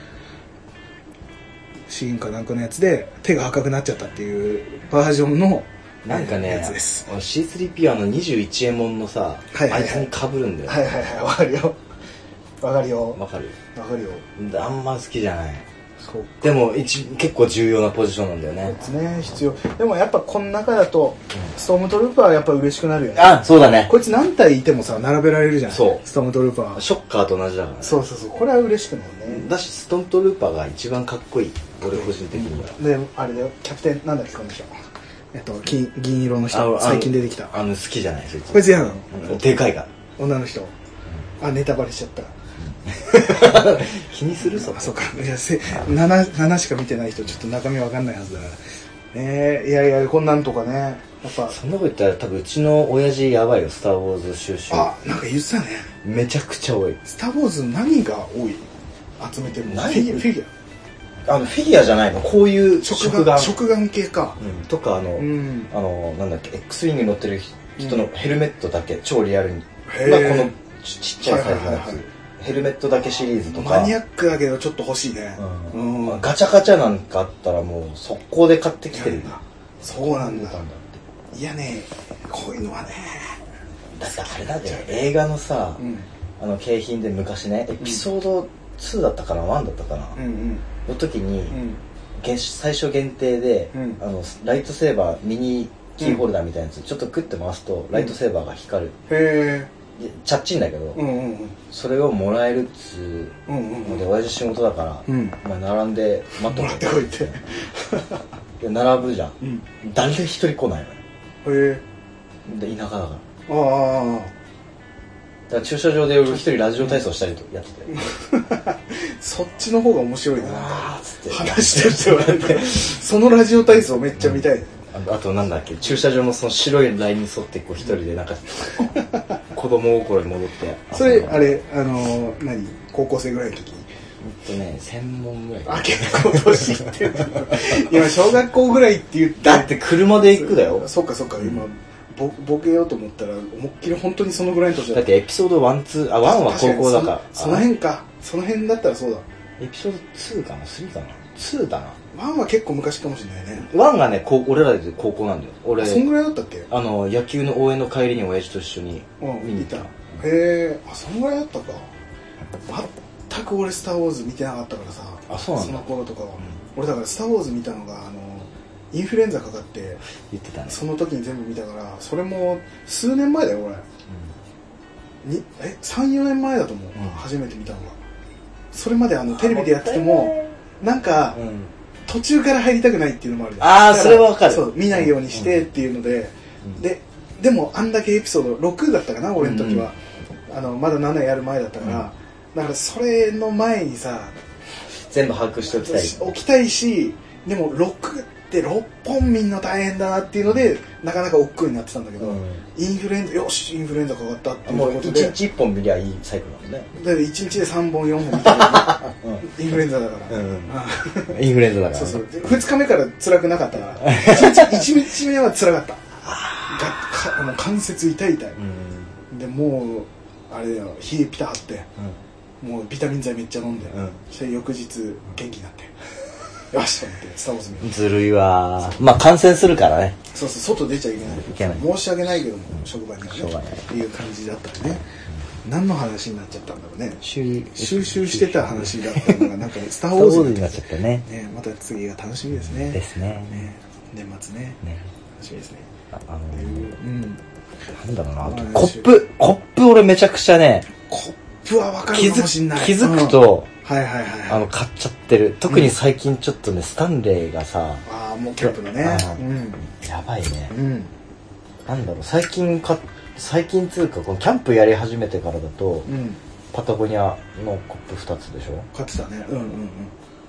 シーンかなんかのやつで手が赤くなっちゃったっていうバージョンのなんかね、 やつです。 シースリーピーオー のにじゅういちえもんのさ、はいはいはい、あいつに被るんだよ。 はいはいはい、わかるよわかるよわかるわかるよ。 あんま好きじゃない。 そうでも一結構重要なポジションなんだよね。 そうですね、必要。でもやっぱこの中だと、うん、ストームトルーパーはやっぱ嬉しくなるよね。 あ、そうだね。 こいつ何体いてもさ並べられるじゃん。 そうストームトルーパーショッカーと同じだからね。 そうそうそう、これは嬉しくなるね。 だしストームトルーパーが一番かっこいい、俺個人的には。 であれだよ、キャプテンなんだっけこの人、えっと金銀色の人、最近出てきた。 あの好きじゃないそいつ。 こいつ嫌なの、 うん、でかいから女の人、うん、あネタバレしちゃった気にするぞ。 あそうか、いやせ 7, 7しか見てない人ちょっと中身わかんないはずだからね。いやいやこんなんとかね、やっぱそんなこと言ったら多分うちの親父やばいよ、スター・ウォーズ収集。 あなんか言ってたね、 めちゃくちゃ多い。 スター・ウォーズ何が多い集めてるの？フィギュア、フィギュアあのフィギュアじゃないの、こういう食玩食玩系か、 うん、とかあの、うん、あのなんだっけ X ウィングに乗ってる人のヘルメットだけ、うん、超リアルに、まあ、このち, ちっちゃいサイズのやつ、はいはいはい、ヘルメットだけシリーズとかマニアックだけどちょっと欲しいね、 うんうん、ガチャガチャなんかあったらもう速攻で買ってきてる。 そうなんだ。いやねこういうのはね、 だってあれだって映画のさ、うん、あの景品で昔ねエピソードツーだったかなワンだったかな、うんうん、の時に、うん、最初限定で、うん、あのライトセーバーミニキーホルダーみたいなやつ、うん、ちょっとクッて回すとライトセーバーが光る、うん、へえチャッチンだけど、うんうんうん、それをもらえるっつうので、親父仕事だから、うん、まあ、並んで待っともらってこいってで並ぶじゃん、うん、誰一人来ないのよ。へえで田舎だからああだから駐車場で俺一人ラジオ体操したりとやっててそっちの方が面白いなあつって話しててそのラジオ体操めっちゃ見たい、ね、 うん、あ, あとなんだっけ駐車場のその白いラインに沿ってこう一人でなんか子供心に戻ってそれあれあのー、何高校生ぐらいの時にえっとね専門ぐらいあ結構年いってる今小学校ぐらいって言ってだって車で行くだよ。 そっかそっか、うん、今ボ, ボケようと思ったら思いっきり本当にそのぐらいの年だだってエピソードワン、ツーあワンは高校だからそ, その辺かその辺だったらそうだ。 エピソードツーかなスリーかなツーだな。 ワンは結構昔かもしれないね。 ワンがねこ俺らで高校なんだよ。俺そんぐらいだったっけ。 あの野球の応援の帰りに親父と一緒に見に行った、うん、へえあそんぐらいだったか。全く俺スター・ウォーズ見てなかったからさ。 あそうなんだ。 その頃とかは、うん、俺だからスター・ウォーズ見たのがあのインフルエンザかかって言ってたね。 その時に全部見たからそれも数年前だよ俺、うん、にえ さん,よ 年前だと思う、うん、初めて見たのが。それまであのテレビでやっててもなんか、うん、途中から入りたくないっていうのもあるじゃん。 ああそれはわかる。 そう見ないようにしてっていうので、うん、ででもあんだけエピソードろくだったかな俺の時は、うん、あのまだななやる前だったから、うん、だからそれの前にさ全部把握しておきたい置きたいしでもろくってろっぽん見んの大変だなっていうのでなかなか億劫になってたんだけど、うん、インフルエンザよしインフルエンザかかったっていうことでもういちにちいっぽん見りゃいいサイクルなんだね。 だからいちにちでさんぼんよんほん見たら、ねうん、インフルエンザだから、うん、 インフルエンザだから、ね、 そうそうふつかめから辛くなかったからいちにちめは辛かったがかもう関節痛い痛い、うん、でもうあれだよ冷えピタ張って、うん、もうビタミン剤めっちゃ飲んで、うん、そして翌日元気になってよしと思ってスター・ウォーズ見る。 ずるいわまあ感染するからね。 そうそう外出ちゃいけないいけない申し訳ないけども、うん、職場にはねっていう感じだったね、うん、何の話になっちゃったんだろうね。収集してた話だったのがなんかスター・ウォーズになっちゃったね。ねまた次が楽しみですね。 ですね。 ね年末ねね楽しみですね。 あ、あのー、うんなんだろうなあとコップコップ俺めちゃくちゃねコップは分かるかもしんない。 気づくと、 うんはいはいはい、 あの買っちゃってる。特に最近ちょっとね、うん、スタンレーがさああもうキャンプのね、 うん、やばいね、うん、なんだろう最近か最近つうかこのキャンプやり始めてからだと、うん、パタゴニアのコップふたつでしょ。 買ってたねうんうんうん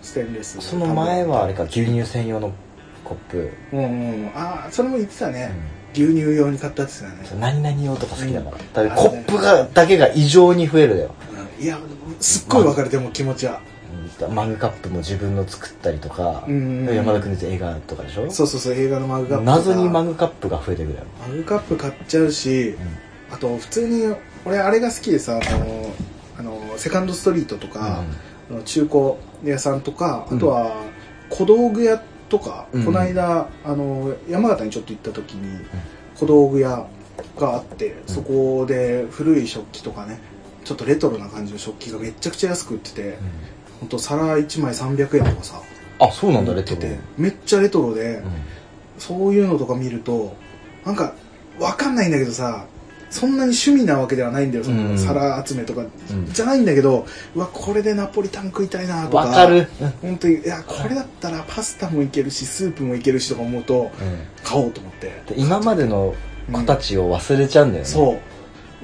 ステンレス。 その前はあれか、牛乳専用のコップ。 うんうん。ああ、それも言ってたね。うん、牛乳用に買ったって言ってたね。 何々用とか好きだから。うん、だからコップがだけが異常に増えるだよ。 うん、いや、すっごい分かる、でも気持ちは。 マグカップも自分の作ったりとか、山田君の映画とかでしょ。 そうそうそう、映画のマグカップ。 謎にマグカップが増えてくるよ。 マグカップ買っちゃうし、うん、あと普通に俺あれが好きでさ、あのあのセカンドストリートとか、うん、中古屋さんとか、あとは小道具屋とか、うん、この間あの山形にちょっと行った時に小道具屋があって、うん、そこで古い食器とかね、ちょっとレトロな感じの食器がめちゃくちゃ安く売ってて、うん、ほんと皿いちまいさんびゃくえんとかさ。 あ、そうなんだ、レトロで。 めっちゃレトロで、うん、そういうのとか見るとなんかわかんないんだけどさ、そんなに趣味なわけではないんだよ、その、うん、皿集めとか、うん、じゃないんだけど、うわこれでナポリタン食いたいなとか、 わかる。 本当にいやこれだったらパスタもいけるしスープもいけるしとか思うと、うん、買おうと思って。 今までの子たちを忘れちゃうんだよね。 うん、そう。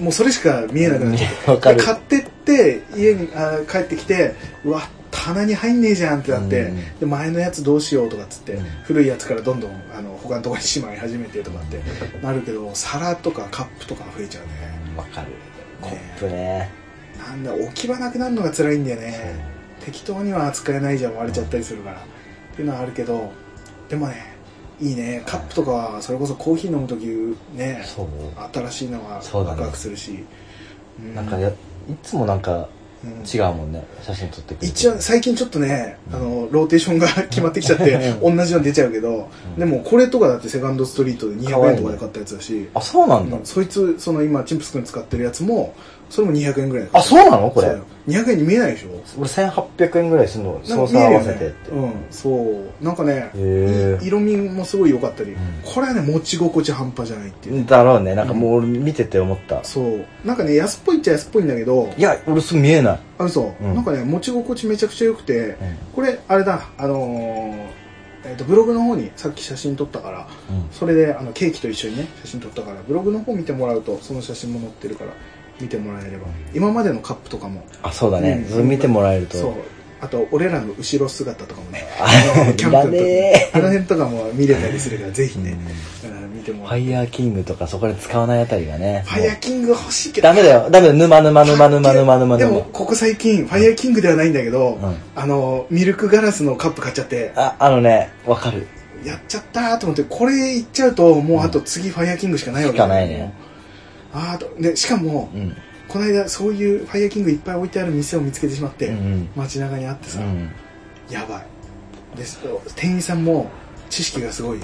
もうそれしか見えなくなっちゃって、 わかる。 買ってって家にあ帰ってきて、うわ棚に入んねえじゃんってなって、うん、で前のやつどうしようとかっつって、うん、古いやつからどんどんあの他のところにしまい始めてとかってなるけど、皿とかカップとか増えちゃうね。 わかる。コップね。 なんだ、置き場なくなるのが辛いんだよね。適当には扱えないじゃん、割れちゃったりするから、うん、っていうのはあるけど、でもねいいね。カップとかはそれこそコーヒー飲む時ね、新しいのはワクワクするし、ね、 うん、なんかやいつもなんか違うもんね、写真撮ってくる。 一応最近ちょっとね、うん、あのローテーションが決まってきちゃって同じの出ちゃうけど、うん、でもこれとかだってセカンドストリートでにひゃくえんとかで買ったやつだし。いいね、 あ、そうなんだ、 うん、そいつその今チンプス君使ってるやつもそれもにひゃくえんぐらい。 あ、そうなのこれ。 にひゃくえんに見えないでしょ。 俺せんはっぴゃくえんぐらいするの、操作合わせてって、 うん、そうなんかね、色味もすごい良かったり、うん、これはね持ち心地半端じゃないっていう、ね、 だろうね。なんかもう俺見てて思った、うん、そうなんかね安っぽいっちゃ安っぽいんだけど、 いや俺すぐ見えない。 あ、そう、うん、なんかね持ち心地めちゃくちゃ良くて、うん、これあれだ、あのーえー、とブログの方にさっき写真撮ったから、うん、それであのケーキと一緒にね写真撮ったから、ブログの方見てもらうとその写真も載ってるから見てもらえれば、今までのカップとかも、 あ、そうだね、うん、見てもらえると。そう、 あと俺らの後ろ姿とかもね、キャンプの時あの辺とかも見れたりするからぜひね、うん、見てもらって。 ファイヤーキングとかそこで使わないあたりがね、 ファイヤーキング欲しいけどダメだよ、ダメだよ、沼沼沼沼沼沼沼。 でもここ最近ファイヤーキングではないんだけど、うん、あのミルクガラスのカップ買っちゃって、 あ、あのね、わかる、 やっちゃったと思って、これいっちゃうともうあと次ファイヤーキングしかないわけだよ、しかないね。 あとでしかも、うん、この間そういうファイヤーキングいっぱい置いてある店を見つけてしまって、うん、街中にあってさ、うん、やばいで、店員さんも知識がすごい、うん、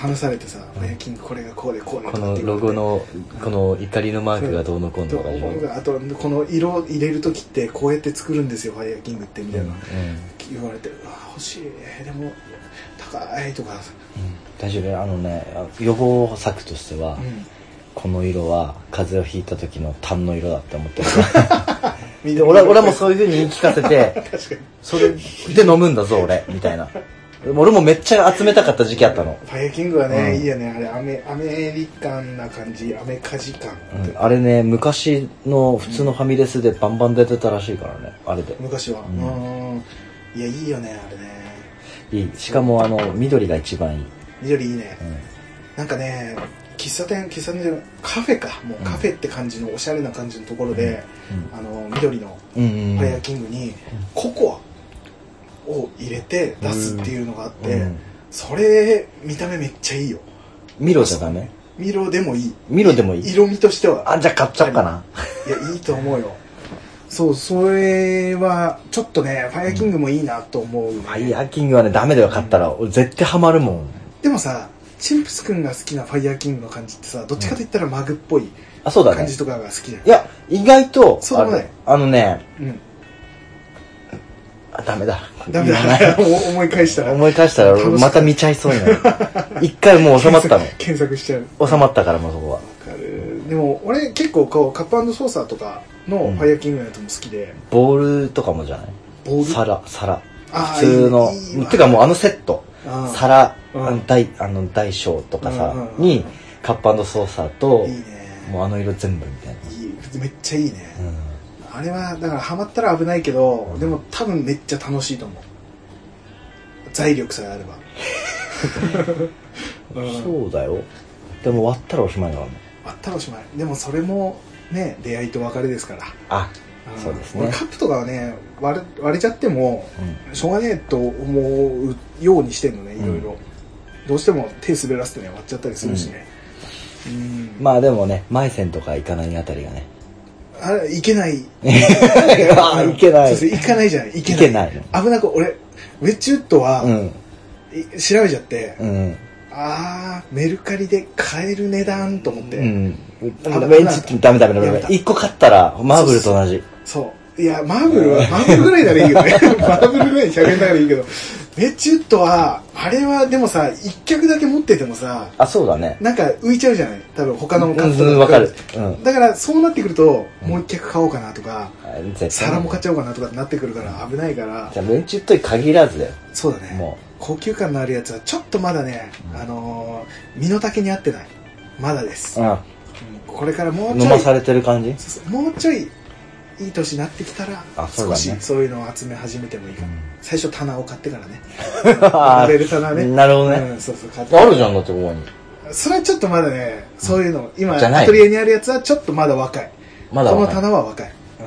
話されてさ、ファイヤーキングこれがこうでこうでこのロゴのこの怒りのマークがどうのこうのとか、 あとこの色入れる時ってこうやって作るんですよファイヤーキングってみたいな、うん、言われて、うわ欲しい、でも高いとか、うん、 大丈夫。あのね、予防策としては、うん、この色は風邪をひいた時の痰の色だって思ってるで 俺, 俺もそういう風に言い聞かせてそれで飲むんだぞ俺みたいな。俺もめっちゃ集めたかった時期あったの。 ファイヤーキングはね、うん、いいよね。あれアメアメリカンな感じ、アメカジ感、 うん、あれね、昔の普通のファミレスでバンバン出てたらしいからね、あれで昔は、うん、うん、いやいいよねあれね。 いい。しかもあの緑が一番いい。 緑いいね、うん、なんかね喫茶店喫茶店でカフェか、もうカフェって感じのおしゃれな感じのところで、うん、あの緑のファイヤーキングにココアを入れて出すっていうのがあって、うん、それ見た目めっちゃいいよ。 ミロじゃダメ？ ミロでもいい。 ミロでもいい。 色味としては。 あ、じゃあ買っちゃおうかな。 いやいいと思うよ。そう、それはちょっとねファイヤーキングもいいなと思う、ね、 ファイヤーキングはねダメだよ、買ったら、うん、俺絶対ハマるもん。 でもさ、チンプス君が好きなファイヤーキングの感じってさ、どっちかといったらマグっぽい感じとかが好きじゃん。 いや意外とそうでもない。 あのね、うんあ、ダメだ。 ダメだ。思い返したら。 思い返したらまた見ちゃいそうになる。一回もう収まったの。 検索しちゃう。 収まったからもうそこは。わかる。でも俺結構こうカップ&ソーサーとかのファイヤーキングのやつも好きで。 うん、ボールとかもじゃない？ボール？皿、皿。普通の。 いいいい、 てかもうあのセット。皿、うん、あの大、あの大小とかさ、うん、にカップ&ソーサーと、いいね、もうあの色全部みたいな。 いい、めっちゃいいね。うん、あれはだからハマったら危ないけど、うん、でも多分めっちゃ楽しいと思う。 財力さえあれば、 うん、そうだよ。でも割ったらおしまいだからね。 割ったらおしまい。でもそれもね、出会いと別れですから。 あ、そうですね。 カップとかはね、割れ、割れちゃっても、うん、しょうがねえと思うようにしてんのね、いろいろ、うん、どうしても手滑らせてね割っちゃったりするしね、 うんうん、まあでもね、マイセンとか行かないあたりがね、 あれいけないいけない、 そうそう、行かないじゃない、いけない、 いけない、 危なく、俺ウェッジウッドは、うん、調べちゃって、うん、あーメルカリで買える値段と思って、うん、 ウェッジってダメダメダメ、いっこ買ったらマーブルと同じ。 そうそう、いやマーブルはマーブルぐらいならいいけどねマーブルぐらいひゃくえんだからいいけど、ウェッジウッドはあれはでもさ、一脚だけ持っててもさ、 あ、そうだね、 なんか浮いちゃうじゃない、多分他のカットとか、うん、分かる、うん、 だからそうなってくると、うん、もう一脚買おうかなとか、皿も買っちゃおうかなとかってなってくるから危ないから、 じゃあウェッジウッドに限らずだよ。 そうだね、もう高級感のあるやつはちょっとまだね、うん、あのー、身の丈に合ってない、まだです、うん、これからもうちょい飲まされてる感じ、 そうそう、もうちょいいい年になってきたら、あ、そうだね、少しそういうのを集め始めてもいいかな、うん、最初棚を買ってからね売れる棚ね、 なるほどね、 うん、そうそう買ってあるじゃんだってここに。 それはちょっとまだね、そういうの今アトリエにあるやつはちょっとまだ若い、まだ若い、この棚は若い、うん、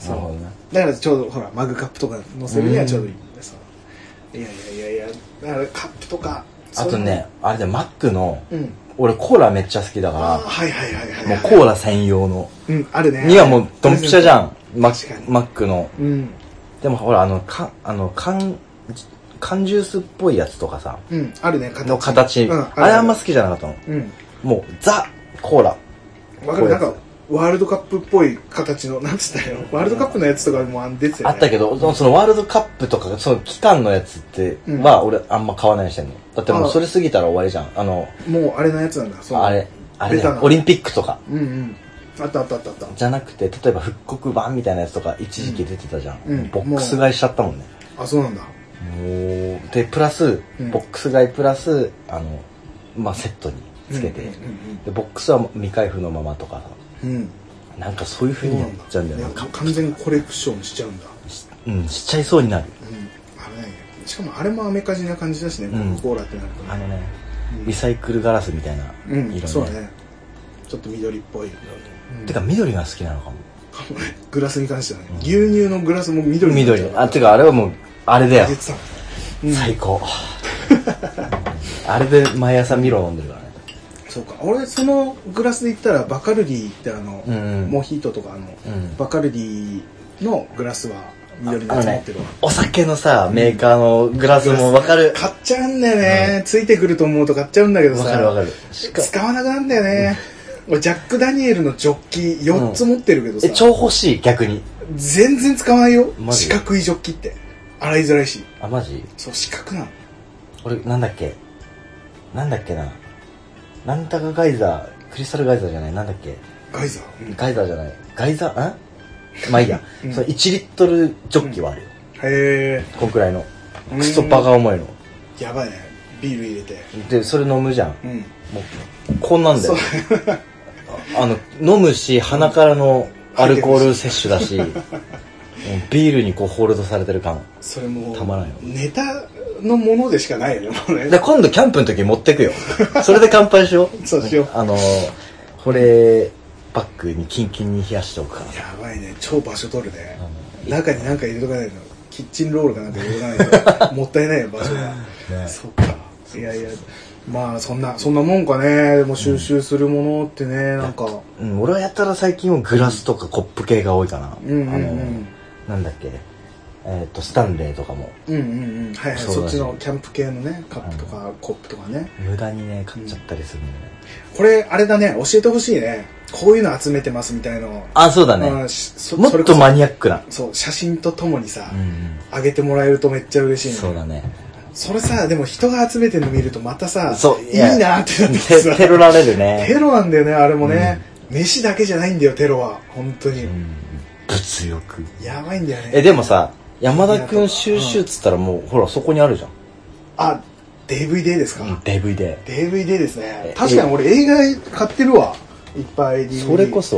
そう、ね、だからちょうどほらマグカップとか載せるにはちょうどいいんです、うん、いやいやいやいや、だからカップとか、 あとね、あれでマックの、うん、俺コーラめっちゃ好きだから、 はいはいはいはい、 もうコーラ専用の、 うん、あるね、 にはもうドンピシャじゃん、マックの、うん、でもほらあのかあの缶缶ジュースっぽいやつとかさ、 うん、あるね、形の形、うん、あれあんま好きじゃなかったの、うん、もうザコーラ、 わかる、なんかワールドカップっぽい形の、なんつったよ、ワールドカップのやつとかも出てたよね、 あったけど、そのワールドカップとかその期間のやつっては俺あんま買わないようにしてんの。だってもうそれ過ぎたら終わりじゃん。あのもうあれのやつなんだ、 そのあれあれオリンピックとか、 うんうん、あったあったあったあった、 じゃなくて、例えば復刻版みたいなやつとか一時期出てたじゃん、うん、ボックス買いしちゃったもんね。 あ、そうなんだ。 もうでプラス、うん、ボックス買いプラスあのまあセットにつけて、うんうんうんうん、でボックスは未開封のままとかさ、うん、なんかそういう風にやっちゃうんだよね。 完全にコレクションしちゃうんだ。 うん、しちゃいそうになる。 うん、あれね、しかもあれもアメカジな感じだしね、うん、コーラってなるとね。 あのね、うん、リサイクルガラスみたいな色ね、 うん、そうだね。ちょっと緑っぽい。 うん、てか緑が好きなのかも。 かもね、グラスに関してはね、うん、牛乳のグラスも緑になっちゃう。緑。あ、てかあれはもうあれだよ。うん、最高。あれで毎朝ミロ飲んでるからね。 そうか、俺そのグラスで言ったらバカルディってあの、うんうん、モヒートとかあの、うん、バカルディのグラスは緑のやつ持ってるわ、ね、 お酒のさ、メーカーのグラスも分かる、 買っちゃうんだよね、うん、ついてくると思うと買っちゃうんだけどさ、 分かる分かる、 使わなくなるんだよね、うん、俺ジャック・ダニエルのジョッキよっつ持ってるけどさ、 うん、え超欲しい。逆に全然使わないよ。四角いジョッキって洗いづらいし。 あ、マジ？ そう、四角なの。 俺なんだっけなんだっけななんたかガイザー、クリスタルガイザーじゃない、なんだっけ、 ガイザー、 うん、ガイザーじゃない、ガイザー、んまあいいや、うん、そのいちリットルジョッキはあるよ、 うん、へえ、 こんくらいのクソバカ重いの、 やばいね、ビール入れてでそれ飲むじゃん、うん、もうこんなんだよあの飲むし、鼻からのアルコール摂取だしビールにこうホールドされてる感、それもたまらんよ。 ネタのものでしかないよね、もうね。 で今度キャンプの時持ってくよ。それで乾杯しよう。そうしよう。 あの保冷バッグにキンキンに冷やしておくから。 やばいね、超場所取るね。うん、中に何か入れとかないの。キッチンロールかなんか入れとかないともったいないよ、場所が。ね、そっか。いやいや。まあそんなそんなもんかね。でも収集するものってね、うん、なんか、 うん、俺はやったら最近はグラスとかコップ系が多いかな。うんうんうん、あのなんだっけ、えっとスタンレーとかも、うんうんうん、はいはい、そっちのキャンプ系のね、カップとか、うん、コップとかね、 無駄にね買っちゃったりするんでね、 うん、これあれだね、教えてほしいね、こういうの集めてますみたいの。 あ、そうだね、もっとマニアックな、 そう、写真とともにさ、うんうん、あげてもらえるとめっちゃ嬉しいね。 そうだね。 それさ、でも人が集めてるの見るとまたさ、そういいなってなってさ、テロられるね。 テロなんだよね、あれもね、うん、飯だけじゃないんだよ、テロは本当に、うん、 物欲やばいんだよね。 え、でもさ、山田くん収集っつったらもう、うん、ほらそこにあるじゃん。 あ、ディーブイディー ですか、うん、 ディーブイディーディーブイディー ですね。確かに俺映画買ってるわ、いっぱい ディーブイディー。 それこそ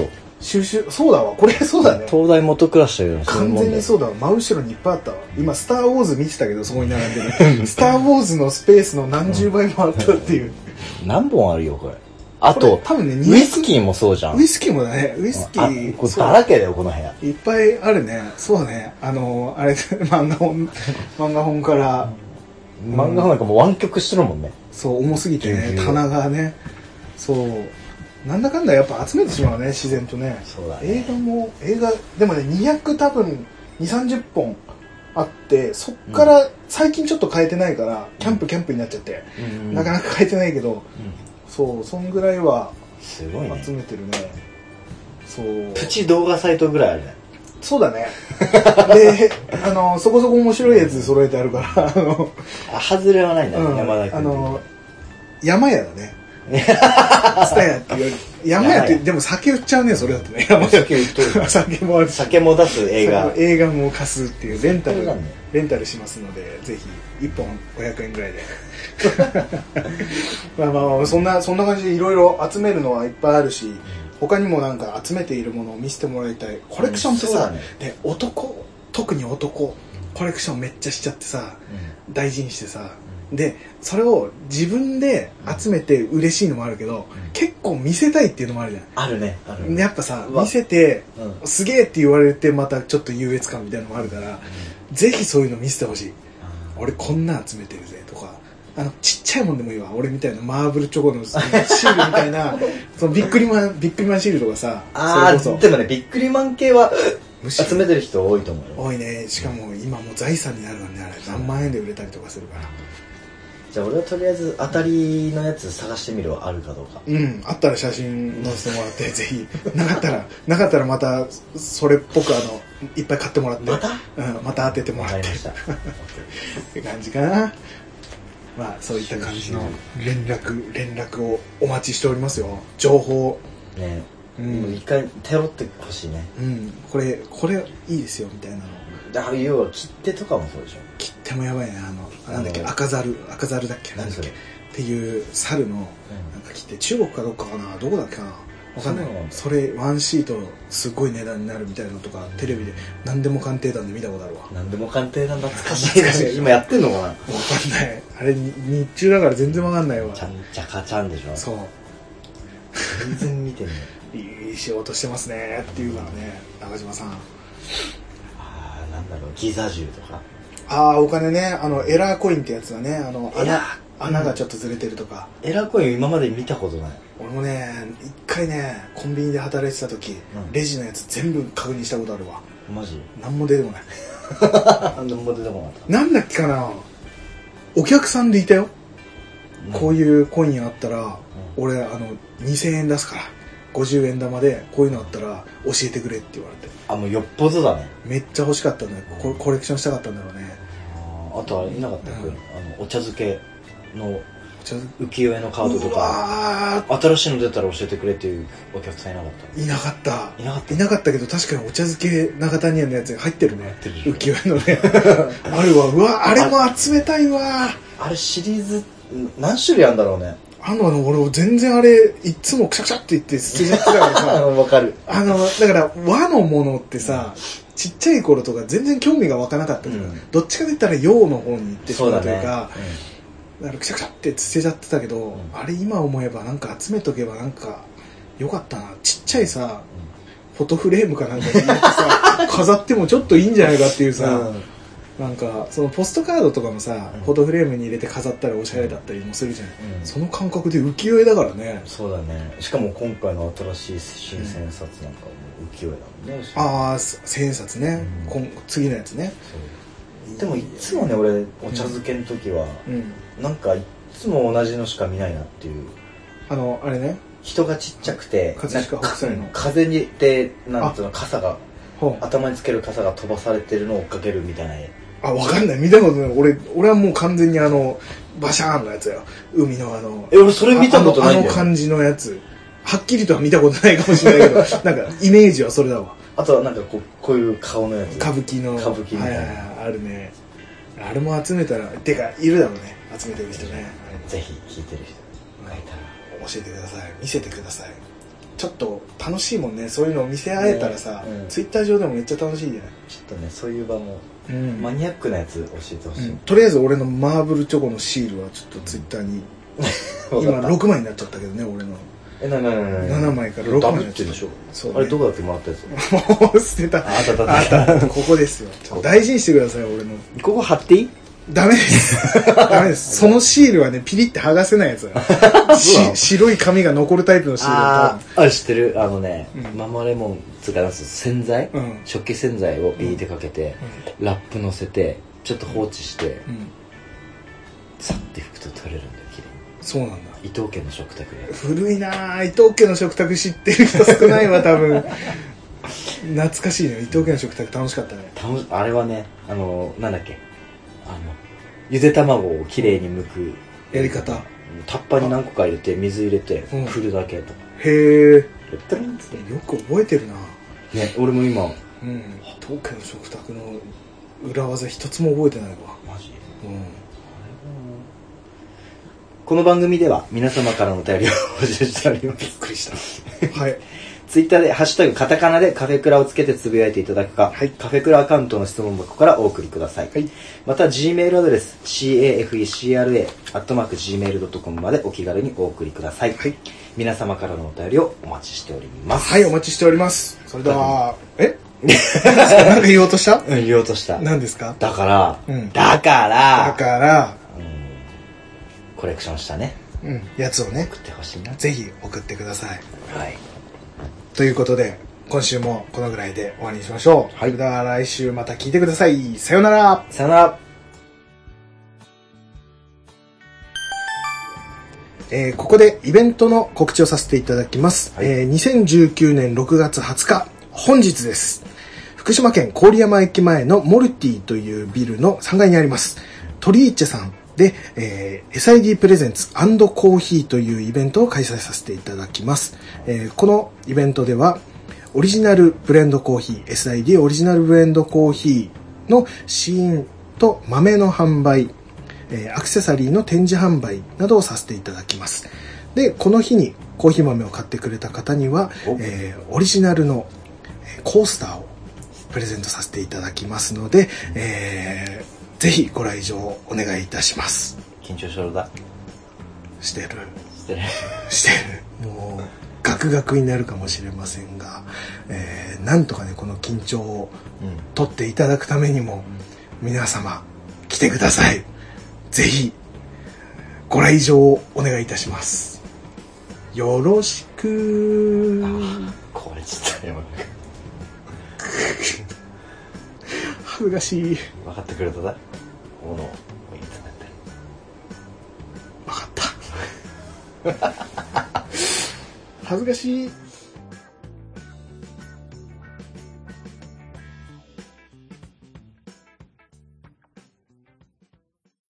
収集、そうだわ、これそうだね。 東大元暮らしだよね。 完全にそうだわ、真後ろにいっぱいあったわ。今スターウォーズ見てたけど、そこに並んでねスターウォーズのスペースの何十倍もあったっていう、 うん、何本あるよこれ。あと多分ね、 ウイスキーもそうじゃん。 ウイスキーもだね、ウイスキーこれだらけだよこの部屋。 いっぱいあるね。そうね、あのあれ漫画本漫画本から、 うん、漫画本なんかもう湾曲してるもんね。 そう重すぎてね、棚がね、そうなんだかんだやっぱ集めてしまうね、自然とね。 そうだね。 映画も映画でもね、にひゃく多分にじゅうさんじゅっぽんあって、そっから最近ちょっと変えてないから、うん、キャンプキャンプになっちゃって、うん、なかなか変えてないけど、うん、そうそんぐらいはすごいね、 集めてるね。そうプチ動画サイトぐらいあるね。 そうだねで、あのそこそこ面白いやつ揃えてあるからあのあ、外れはないんだね、うん、山田君。 あの山屋だねスタヤって言われる。山屋ってでも酒売っちゃうね、それだとね。山屋酒売っとる酒もあるし、 酒も出す映画映画も貸すっていうレンタル、ね、レンタルしますので、ぜひいっぽんごひゃくえんぐらいでまあまあそんなそんな感じでいろいろ集めるのはいっぱいあるし、うん、他にもなんか集めているものを見せてもらいたい。コレクションってさ、うんね、で男特に男コレクションめっちゃしちゃってさ、うん、大事にしてさ、でそれを自分で集めて嬉しいのもあるけど、うん、結構見せたいっていうのもあるじゃん。 あるね、あるね。 やっぱさ見せて、うん、すげえって言われてまたちょっと優越感みたいなのもあるから、うん、ぜひそういうの見せてほしい。俺こんな集めてるぜとか、あのちっちゃいもんでもいいわ。俺みたいなマーブルチョコのシールみたいなそのビックリマンビックリマンシールとかさ、 ああでもね、ビックリマン系は集めてる人多いと思うよ。 多いね。しかも今もう財産になるのね、あれ何万円で売れたりとかするから。 じゃあ俺はとりあえず当たりのやつ探してみるわ、あるかどうか。 うん、あったら写真載せてもらってぜひなかったらなかったらまたそれっぽくあのいっぱい買ってもらって、 また、 うん、また当ててもらってって感じかな。まあそういった感じの連絡連絡をお待ちしておりますよ。情報ね、うん、一回頼ってほしいね。 うん、これこれいいですよみたいなの。 だから要は切手とかもそうでしょ。 切手もやばいね。あのなんだっけ、赤猿赤猿だっけ、 何それっていう猿のなんか切手、中国かどっかかな、どこだっけかな、わかんない。それワンシートすごい値段になるみたいなのとかテレビで何でも鑑定団で見たことあるわ。 何でも鑑定団懐かしいね。今やってんのかな、わかんない。あれ日中だから全然わかんないわ。 ちゃんちゃかちゃんでしょ。 そう全然見てねいい仕事してますねっていうからね、中島さん。 ああ、なんだろう、ギザ銃とか。 ああ、お金ね、あのエラーコインってやつだね。あの穴穴がちょっとずれてるとか。 エラーコイン今まで見たことない。俺もね、一回ねコンビニで働いてた時、うん、レジのやつ全部確認したことあるわ。 マジ？ 何も出てこない何も出てこなかった。 なんだっけかな、お客さんでいたよ、うん、こういうコインあったら、うん、俺あのにせんえん出すからごじゅうえん玉でこういうのあったら教えてくれって言われて。 あ、もうよっぽどだね。 めっちゃ欲しかったんだよ、うん、コレクションしたかったんだろうね。 あ, あとはいなかった、うん、あのお茶漬けの浮世絵のカードとか、新しいの出たら教えてくれっていうお客さんいなかった？ いなかったいなかったいなかったけど、確かにお茶漬け長谷屋のやつが入ってるね、浮世絵のねあるわ。うわ、あれも集めたいわ。 あれシリーズ何種類あるんだろうね。 あのあの俺全然あれいつもクシャクシャって言って捨てちゃってたからさわかる。 あのだから和のものってさ、ちっちゃい頃とか全然興味が湧かなかったけど、うん、どっちかといったら洋の方に行ってしまうというか、だからクシャクシャって捨てちゃってたけど、うん、あれ今思えばなんか集めとけばなんかよかったな。ちっちゃいさ、うん、フォトフレームかなんかに入れてさ飾ってもちょっといいんじゃないかっていうさ、うん、なんかそのポストカードとかもさ、うん、フォトフレームに入れて飾ったらおしゃれだったりもするじゃん、うん、その感覚で浮世絵だからね。 そうだね。しかも今回の新しい新千冊なんかも浮世絵だもんね。 ああ、千冊ね、うん、次のやつね。 でもいつもね、俺お茶漬けの時は、うんうん、なんかいつも同じのしか見ないなっていう。あのあれね、 人がちっちゃくて、 葛飾北斎の風にでなんていうの、傘が頭につける傘が飛ばされてるのを追っかけるみたいな絵。 あ、わかんない、見たことない。俺俺はもう完全にあのバシャーンのやつよ、海のあの。 え、俺それ見たことないんだよ。 あの、あの感じのやつ、はっきりとは見たことないかもしれないけどなんかイメージはそれだわ。 あとはなんかこうこういう顔のやつ、 歌舞伎の歌舞伎みたいな、はいはいはい、 あるね。あれも集めたら、てかいるだろうね、集めてる人ね。 ぜひ聞いてる人がいたら教えてください、見せてください。 ちょっと楽しいもんね。そういうのを見せ合えたらさ、ねうん、ツイッター上でもめっちゃ楽しいじゃない。 ちょっとねそういう場も、うん、マニアックなやつ教えてほしい、うん、 とりあえず俺のマーブルチョコのシールはちょっとツイッターに今ろくまいになっちゃったけどね俺の。 えななななななまいからろくまいダブってでしょ。そう、ね、あれどこだってもらったやつ。 もう捨てた。 あったあったあったここですよ。大事にしてください俺の。 ここ貼っていい？ ダメです。ダメです。そのシールはねピリって剥がせないやつだ。し白い紙が残るタイプのシールだ。ああ知ってる。あのね、うん、ママレモンつかなんす洗剤、うん、食器洗剤をピリってかけて、うん、ラップ乗せてちょっと放置して、うん、さって拭くと取れるんだよ綺麗に。 そうなんだ。 伊藤家の食卓で。 古いなぁ。伊藤家の食卓知ってる人少ないわ多分。懐かしいね。伊藤家の食卓楽しかったね。 あれはねあのなんだっけあのゆで卵をきれいに剥くやり方。 タッパーに何個か入れて水入れて振るだけとか。 へえ。よく覚えてるな。 ね俺も今。 うん。伊藤家の食卓の裏技一つも覚えてないわ。 マジ。 うん。 この番組では皆様からのお便りを募集しております。 びっくりした。はい。 ツイッターでハッシュタグカタカナでカフェクラをつけてつぶやいていただくか、はい、カフェクラアカウントの質問箱からお送りください。はい、また Gmail アドレス カフェクラ アットマークジーメールドットコム までお気軽にお送りください。はい、皆様からのお便りをお待ちしております。 はい、お待ちしております。それでは、えなんか言おうとした？ うん、言おうとした。 何ですか？ だから、うん、だから、 だから、 うん、コレクションしたね。 うん、やつをね、 送ってほしいな。 ぜひ送ってください。 はい。 ということで、今週もこのぐらいで終わりにしましょう。はい。では来週また聞いてください。さよなら。 さよなら。 えー、ここでイベントの告知をさせていただきます。はい、えー、にせんじゅうきゅうねんろくがつはつか、本日です。福島県郡山駅前のモルティというビルのさんがいにあります。トリーチェさんで、えー、エスアイディー プレゼンツ&コーヒーというイベントを開催させていただきます。えー、このイベントでは、オリジナルブレンドコーヒー、エスアイディー オリジナルブレンドコーヒーの試飲と豆の販売、えー、アクセサリーの展示販売などをさせていただきます。で、この日にコーヒー豆を買ってくれた方には、えー、オリジナルのコースターをプレゼントさせていただきますので、えー、ぜひご来場お願いいたします。 緊張しろだ。 してる。 してる。 してる。もう、ガクガクになるかもしれませんが、えー、なんとかね、この緊張を取っていただくためにも、うん、皆様、来てください。ぜひ、ご来場をお願いいたします。よろしく。 あ、これちょっとやばい。 恥ずかしい。 分かってくれただ。ものを言いつめて。 分かった。恥ずかしい。